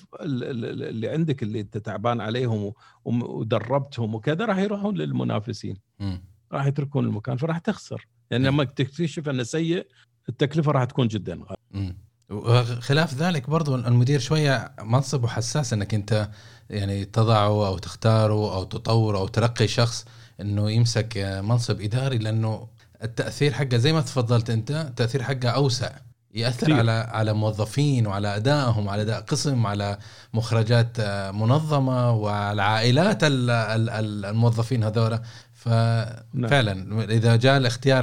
اللي عندك اللي أنت تعبان عليهم ودربتهم وكذا راح يروحون للمنافسين، راح يتركون المكان، فراح تخسر. يعني لما تكتشف أنه سيء التكلفة راح تكون جدا غالية. وخلاف ذلك برضو المدير شوية منصب حساس، أنك أنت يعني تضعه أو تختاره أو تطور أو ترقي شخص أنه يمسك منصب إداري، لأنه التأثير حقه زي ما تفضلت أنت، التأثير حقه أوسع. يأثر على موظفين وعلى أدائهم وعلى أداء قسم وعلى مخرجات منظمة وعلى عائلات الموظفين هذولا. ففعلا إذا جاء الاختيار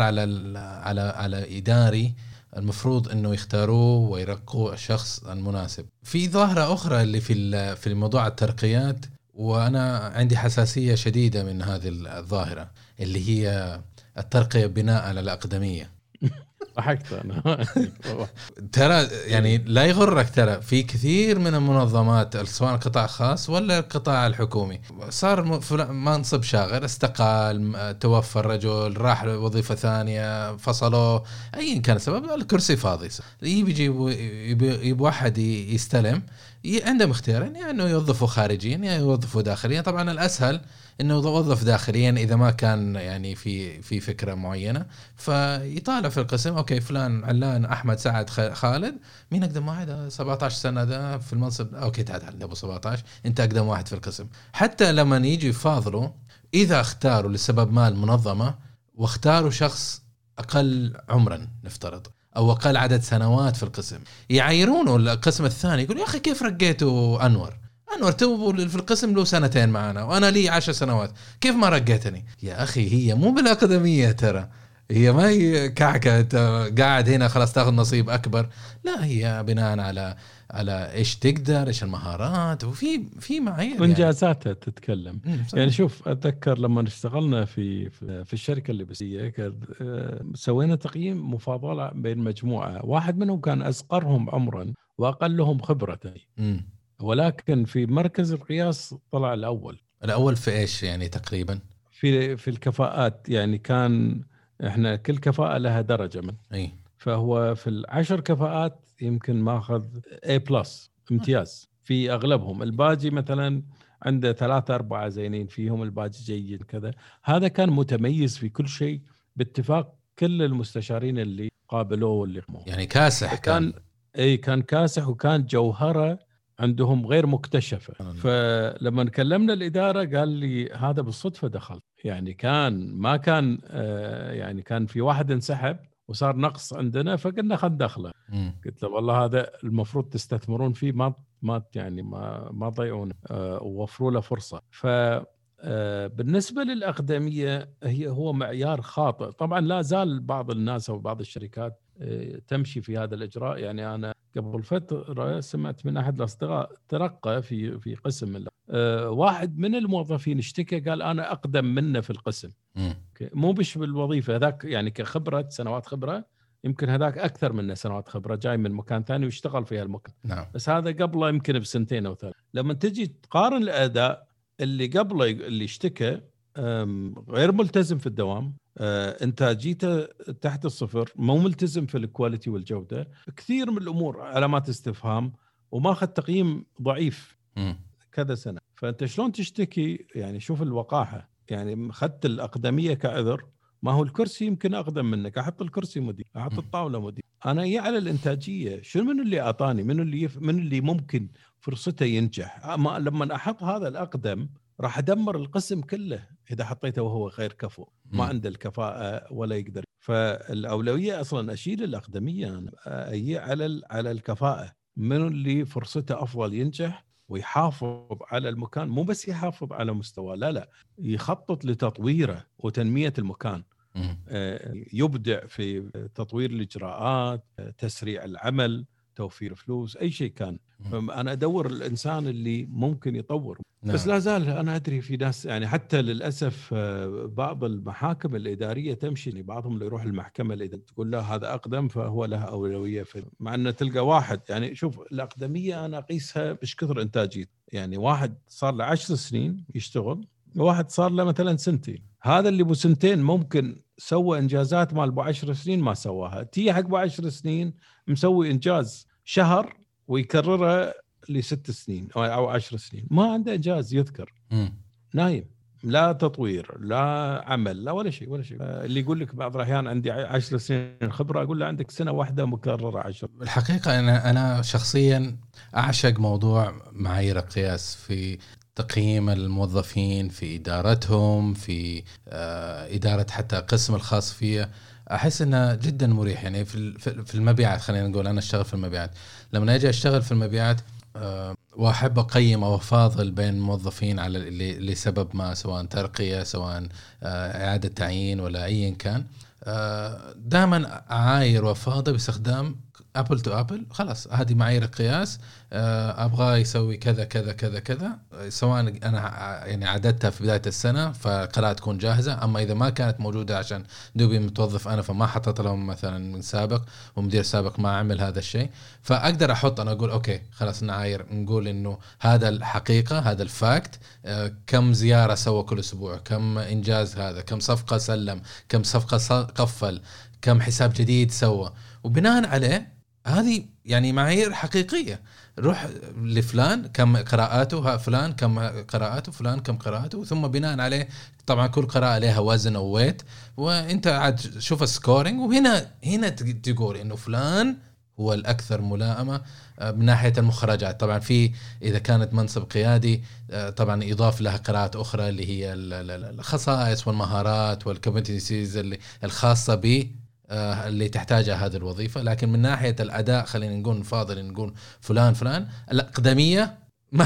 على إداري المفروض إنه يختاروه ويرقوا الشخص المناسب. في ظاهرة أخرى اللي في الموضوع الترقيات، وأنا عندي حساسية شديدة من هذه الظاهرة اللي هي الترقية بناء على الأقدمية. ضحكت أنا. ترى يعني لا يغرك، ترى في كثير من المنظمات سواء القطاع الخاص ولا القطاع الحكومي صار منصب شاغر، استقال، توفى الرجل، راح لوظيفة ثانية، فصلوه، أي كان السبب، الكرسي فاضي، يجيب واحد يستلم، عندهم اختيارين، يعني انه يوظفوا خارجيا يعني يوظفوا داخليا. طبعا الاسهل انه يوظف داخليا اذا ما كان يعني في فكره معينه، فيطالع في القسم، اوكي فلان علان احمد سعد خالد، مين اقدم واحد 17 سنه ده في المنصب، اوكي تعال ابو 17 انت اقدم واحد في القسم. حتى لما يجي يفاضلوا اذا اختاروا لسبب ما المنظمه واختاروا شخص اقل عمرا نفترض او اقل عدد سنوات في القسم، يعايرونه القسم الثاني، يقول يا اخي كيف رقيته انور تو في القسم له 2 سنين معنا وانا لي 10 سنوات، كيف ما رقيتني؟ يا اخي هي مو بالاكاديميه، ترى هي ما هي كعكه قاعد هنا خلاص تاخذ نصيب اكبر، لا هي بناء على ايش تقدر، ايش المهارات، وفي معايير وانجازاتها يعني تتكلم. يعني شوف اتذكر لما اشتغلنا في الشركه اللبسيه سوينا تقييم مفاضله بين مجموعه، واحد منهم كان اصغرهم عمرا واقلهم خبره، ولكن في مركز القياس طلع الاول في ايش يعني تقريبا في الكفاءات. يعني كان احنا كل كفاءه لها درجه من فهو في 10 كفاءات يمكن ماخذ A+ امتياز في اغلبهم، الباقي مثلا عنده 3-4 زينين فيهم، الباقي جيد كذا. هذا كان متميز في كل شيء باتفاق كل المستشارين اللي قابلوه واللي يعني كاسح، كان كاسح، وكان جوهره عندهم غير مكتشفه. فلما كلمنا الاداره قال لي هذا بالصدفه دخل، يعني ما كان يعني كان في واحد انسحب وصار نقص عندنا فقلنا خد دخله. قلت له والله هذا المفروض تستثمرون فيه، ما يعني ما تضيعونه، ووفروا له فرصه. ف بالنسبه للاقدميه هو معيار خاطئ طبعا. لا زال بعض الناس او بعض الشركات تمشي في هذا الاجراء. يعني انا قبل فتره سمعت من احد الاصدقاء ترقى في قسم واحد من الموظفين اشتكى قال انا اقدم منه في القسم، مو بش بالوظيفه هذاك، يعني كخبره سنوات خبره يمكن هذاك اكثر منه سنوات خبره، جاي من مكان ثاني واشتغل في هالمكان. نعم. بس هذا قبله يمكن ب2 أو 3. لما تجي تقارن الاداء اللي قبله اللي اشتكى غير ملتزم في الدوام، انتاجيته تحت الصفر، مو ملتزم في الكواليتي والجوده، كثير من الامور علامات استفهام، وما اخذ تقييم ضعيف كذا سنه. فانت شلون تشتكي؟ يعني شوف الوقاحه. يعني اخذت الاقدميه كعذر، ما هو الكرسي يمكن اقدم منك، احط الكرسي مدير، احط الطاوله مدير، انا على الانتاجيه شنو من اللي اعطاني، من اللي ممكن فرصته ينجح. لما احط هذا الاقدم راح ادمر القسم كله اذا حطيته وهو غير كفؤ، ما عنده الكفاءه ولا يقدر. فالاولويه اصلا اشيل الاقدميه، هي على الكفاءه، من اللي فرصته افضل ينجح ويحافظ على المكان، مو بس يحافظ على مستواه، لا يخطط لتطويره وتنميه المكان، يبدع في تطوير الاجراءات، تسريع العمل، توفير فلوس، اي شيء كان. انا ادور الانسان اللي ممكن يطور. بس لا زال انا ادري في ناس، يعني حتى للاسف بعض المحاكم الاداريه تمشي، يعني بعضهم اللي يروح المحكمه اذا تقول له هذا اقدم فهو له اولويه، مع ان تلقى واحد، يعني شوف الاقدميه انا اقيسها مش كثر انتاجيه، يعني واحد صار له 10 سنين يشتغل، وواحد صار له مثلا 2 سنين، هذا اللي ب2 ممكن سوى انجازات مال ب10 سنين ما سواها، تي حق ب10 سنين مسوي انجاز شهر ويكرره ل6 سنين او 10 سنين، ما عنده انجاز يذكر. نايم، لا تطوير، لا عمل، لا ولا شيء. اللي يقول لك بعض الاحيان عندي 10 سنين خبره، اقول له عندك سنه واحده مكرره 10. الحقيقه انا شخصيا اعشق موضوع معايير القياس في تقييم الموظفين، في إدارتهم، في إدارة حتى قسم الخاص فيه. احس انه جدا مريح. يعني في المبيعات، خلينا نقول انا اشتغل في المبيعات، لما اجي اشتغل في المبيعات واحب اقيم او افاضل بين الموظفين على لسبب ما، سواء ترقية، سواء اعادة تعيين ولا ايا كان، دائما اعاير وافاضل باستخدام ابل تو ابل. خلاص هذه معايير القياس، ابغى يسوي كذا كذا كذا كذا، سواء انا يعني عددتها في بدايه السنه فقراءه تكون جاهزه. اما اذا ما كانت موجوده عشان دوبي متوظف انا، فما حطيت لهم مثلا من سابق ومدير سابق ما عمل هذا الشيء، فاقدر احط انا اقول اوكي خلاص نعاير، نقول انه هذا الحقيقه، هذا الفاكت، كم زياره سوى كل اسبوع، كم انجاز، هذا كم صفقه سلم، كم صفقه قفل، كم حساب جديد سوى، وبناء عليه هذه يعني معايير حقيقية. روح لفلان كم قراءاته، فلان كم قراءاته، فلان كم قراءاته، ثم بناء عليه طبعا كل قراءة لها وزن أو ويت، وانت عاد شوف السكورينج، وهنا تقول انه فلان هو الأكثر ملائمة من ناحية المخرجات. طبعا في إذا كانت منصب قيادي طبعا يضاف لها قراءات أخرى اللي هي الخصائص والمهارات والكومبتنسيز اللي الخاصة به اللي تحتاجها هذه الوظيفة. لكن من ناحية الأداء خلينا نقول نفاضل نقول فلان الأقدمية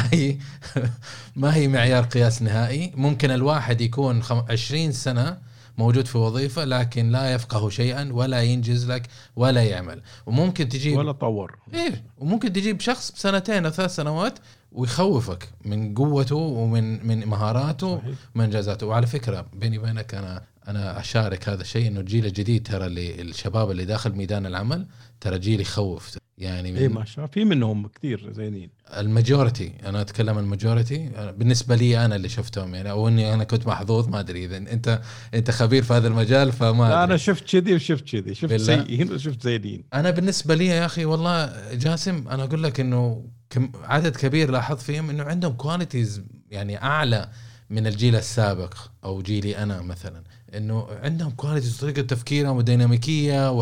ما هي معيار قياس نهائي. ممكن الواحد يكون 20 سنة موجود في وظيفة لكن لا يفقه شيئا ولا ينجز لك ولا يعمل، وممكن تجيب ولا طور وممكن تجيب شخص بسنتين أو 3 سنوات ويخوفك من قوته ومن مهاراته ومن إنجازاته. وعلى فكرة بيني وبينك أنا أشارك هذا الشيء، إنه الجيل الجديد ترى الشباب اللي داخل ميدان العمل ترى جيل يخوف يعني. ما شاء في منهم كتير زينين. الماجورتي، أنا أتكلم عن الماجورتي بالنسبة لي أنا اللي شفتهم يعني، أو إني أنا كنت محظوظ، ما أدري إذا أنت خبير في هذا المجال فما لا أنا شفت كذي وشفت كذي، شفت سيئين وشفت زينين. أنا بالنسبة لي يا أخي والله جاسم، أنا أقول لك إنه عدد كبير لاحظت فيهم إنه عندهم كواليتيز يعني أعلى من الجيل السابق أو جيلي أنا مثلا، إنه عندهم كواليتيز، طريقة تفكيرهم والديناميكية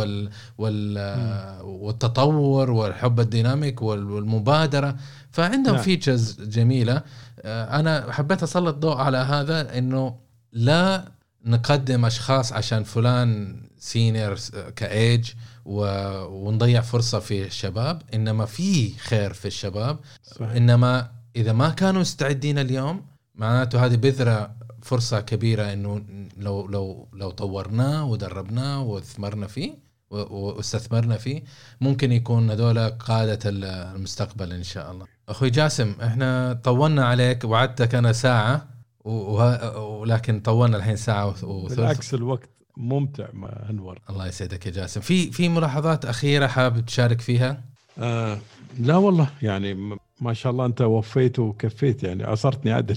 والتطور والحب الديناميك والمبادرة، فعندهم فيتشرز جميلة. أنا حبيت أسلط ضوء على هذا، إنه لا نقدم أشخاص عشان فلان سينيور كأيج ونضيع فرصة في الشباب، إنما في خير في الشباب. صحيح. إنما إذا ما كانوا مستعدين اليوم معناته هذه بذرة فرصة كبيرة، إنه لو طورناه ودربناه واستثمرنا فيه ممكن يكون هذول قادة المستقبل إن شاء الله. أخوي جاسم إحنا طولنا عليك، وعدتك أنا ساعة ولكن طولنا الحين ساعة بالعكس الوقت ممتع مع أنور. الله يسعدك يا جاسم. في ملاحظات أخيرة حابب تشارك فيها؟ لا والله يعني ما شاء الله أنت وفيت وكفيت يعني، عصرتني عدل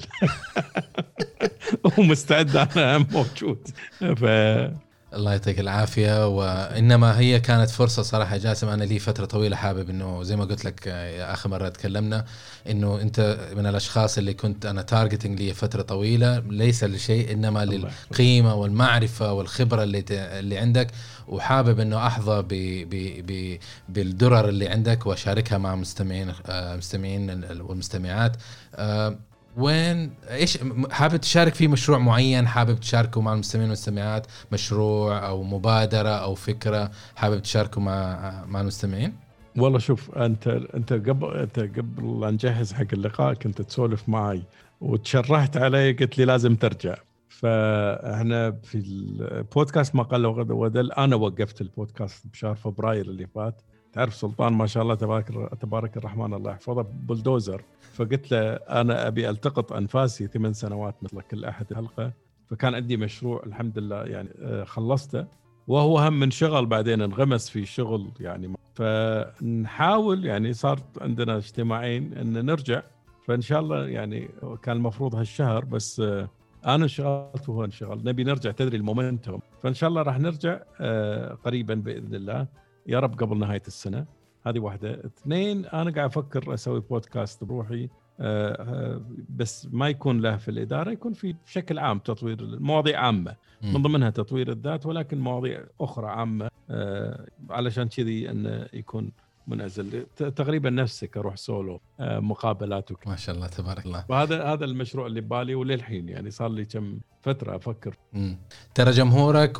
ومستعد أنا موجود. الله يعطيك العافية. وإنما هي كانت فرصة صراحة جاسم، أنا لي فترة طويلة حابب إنه زي ما قلت لك يا آخر مرة تكلمنا، إنه أنت من الأشخاص اللي كنت أنا تارجتنج لي فترة طويلة، ليس لشيء إنما للقيمة والمعرفة والخبرة اللي عندك، وحابب إنه أحظى بالدرر اللي عندك وأشاركها مع المستمعين والمستمعات. وين ايش حابب تشارك في مشروع معين، حابب تشاركه مع المستمعين والمستمعات، مشروع او مبادرة او فكرة حابب تشاركه مع المستمعين؟ والله شوف انت قبل أن نجهز حق اللقاء كنت تسولف معي وتشرحت علي، قلت لي لازم ترجع. فاحنا في البودكاست ما قال وغدا ودل، انا وقفت البودكاست بشهر فبراير اللي فات. تعرف سلطان ما شاء الله تبارك الرحمن الله يحفظه بلدوزر، فقلت له أنا أبي ألتقط أنفاسي 8 سنوات مثل كل أحد حلقة. فكان عندي مشروع الحمد لله يعني خلصته، وهو هم من شغل بعدين انغمس في شغل يعني. فنحاول يعني صارت عندنا اجتماعين أن نرجع، فإن شاء الله يعني كان المفروض هالشهر، بس أنا انشغلت وهو انشغل، نبي نرجع تدري المومنتوم. فإن شاء الله راح نرجع قريبا بإذن الله يا رب قبل نهاية السنة. هذه واحدة. 2 أنا قاعد أفكر أسوي بودكاست بروحي، بس ما يكون له في الإدارة، يكون في بشكل عام تطوير المواضيع عامة، من ضمنها تطوير الذات، ولكن مواضيع أخرى عامة، علشان كذي أن يكون منعزل تقريبا نفسك، اروح سولو مقابلات وكذا. ما شاء الله تبارك الله. وهذا المشروع اللي ببالي وللحين يعني صار لي كم فتره افكر. ترى جمهورك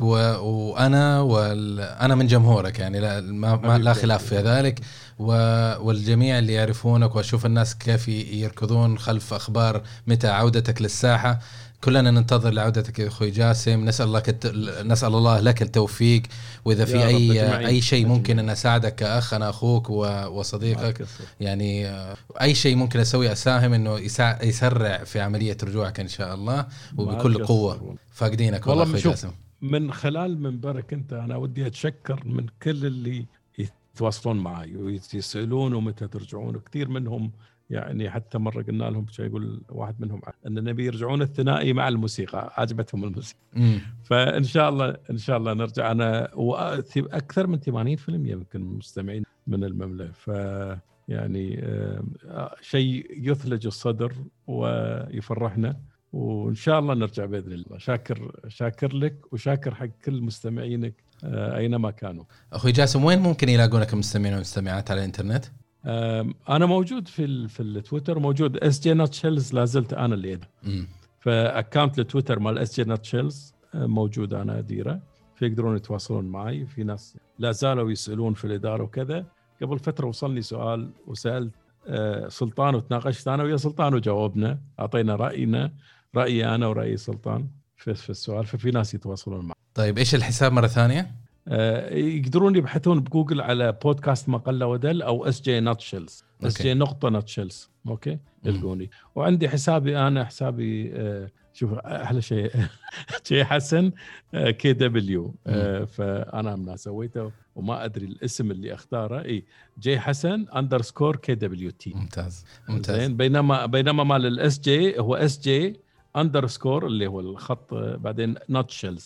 وانا من جمهورك يعني لا خلاف في ذلك، والجميع اللي يعرفونك، واشوف الناس كيف يركضون خلف اخبار متى عودتك للساحه. كلنا ننتظر لعودتك يا اخوي جاسم. نسال الله لك التوفيق، واذا في اي شيء ممكن ان اساعدك كاخ، انا اخوك وصديقك يعني، اي شيء ممكن اسوي اساهم انه يسرع في عمليه رجوعك ان شاء الله وبكل قوه. فاقدينك والله اخوي جاسم. من خلال منبرك انت انا ودي اتشكر من كل اللي يتواصلون معي ويسالون ومتى ترجعون. كثير منهم يعني حتى مرة قلنا لهم يقول واحد منهم أن نبي يرجعون الثنائي مع الموسيقى، عجبتهم الموسيقى. فإن شاء الله نرجع. أنا أكثر من 80% يمكن مستمعين من المملكة، فيعني شيء يثلج الصدر ويفرحنا، وإن شاء الله نرجع بإذن الله. شاكر لك وشاكر حق كل مستمعينك أينما كانوا. أخوي جاسم، وين ممكن يلاقونك المستمعين والمستمعات على الإنترنت؟ أنا موجود في التويتر، موجود SJ Nutshellz، لازلت أنا اللي أدير. فأكاونت التويتر مال SJ Nutshellz موجود، أنا أديره، فيقدرون يتواصلون معي. في ناس لا زالوا يسألون في الإدارة وكذا. قبل فترة وصلني سؤال وسألت سلطان وتناقشت أنا ويا سلطان وجاوبنا، أعطينا رأيي أنا ورأي سلطان في السؤال. ففي ناس يتواصلون معي. طيب إيش الحساب مرة ثانية؟ يقدرون يبحثون بجوجل على بودكاست ما قل ودل أو SJ Nutshellz، SJ.Nutshellz. أوكي يلقوني. وعندي حسابي شوف أحلى شيء جي حسن KW. فأنا ما سويته وما أدري الاسم اللي أختاره. جي حسن _KWT. ممتاز. بينما مال SJ هو SJ_ اللي هو الخط بعدين Nutshellz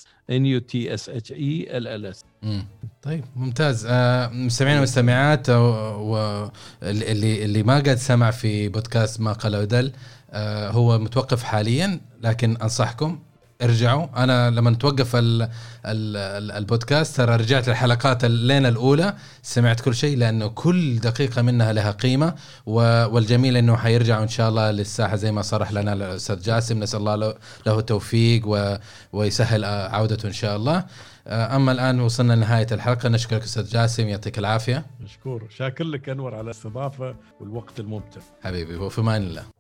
NUTSHELLS. طيب ممتاز. مستمعين ومستمعات اللي ما قد سمع في بودكاست ما قل ودل، هو متوقف حاليا، لكن أنصحكم ارجعوا. أنا لما توقف البودكاست ترى رجعت الحلقات لين الأولى، سمعت كل شيء، لأنه كل دقيقة منها لها قيمة. والجميل أنه حيرجعوا إن شاء الله للساحة زي ما صرح لنا الأستاذ جاسم. نسأل الله له التوفيق ويسهل عودته إن شاء الله. أما الآن وصلنا لنهاية الحلقة. نشكرك أستاذ جاسم، يعطيك العافية. شاكر لك أنور على الاستضافة والوقت الممتع حبيبي، وفي أمان الله.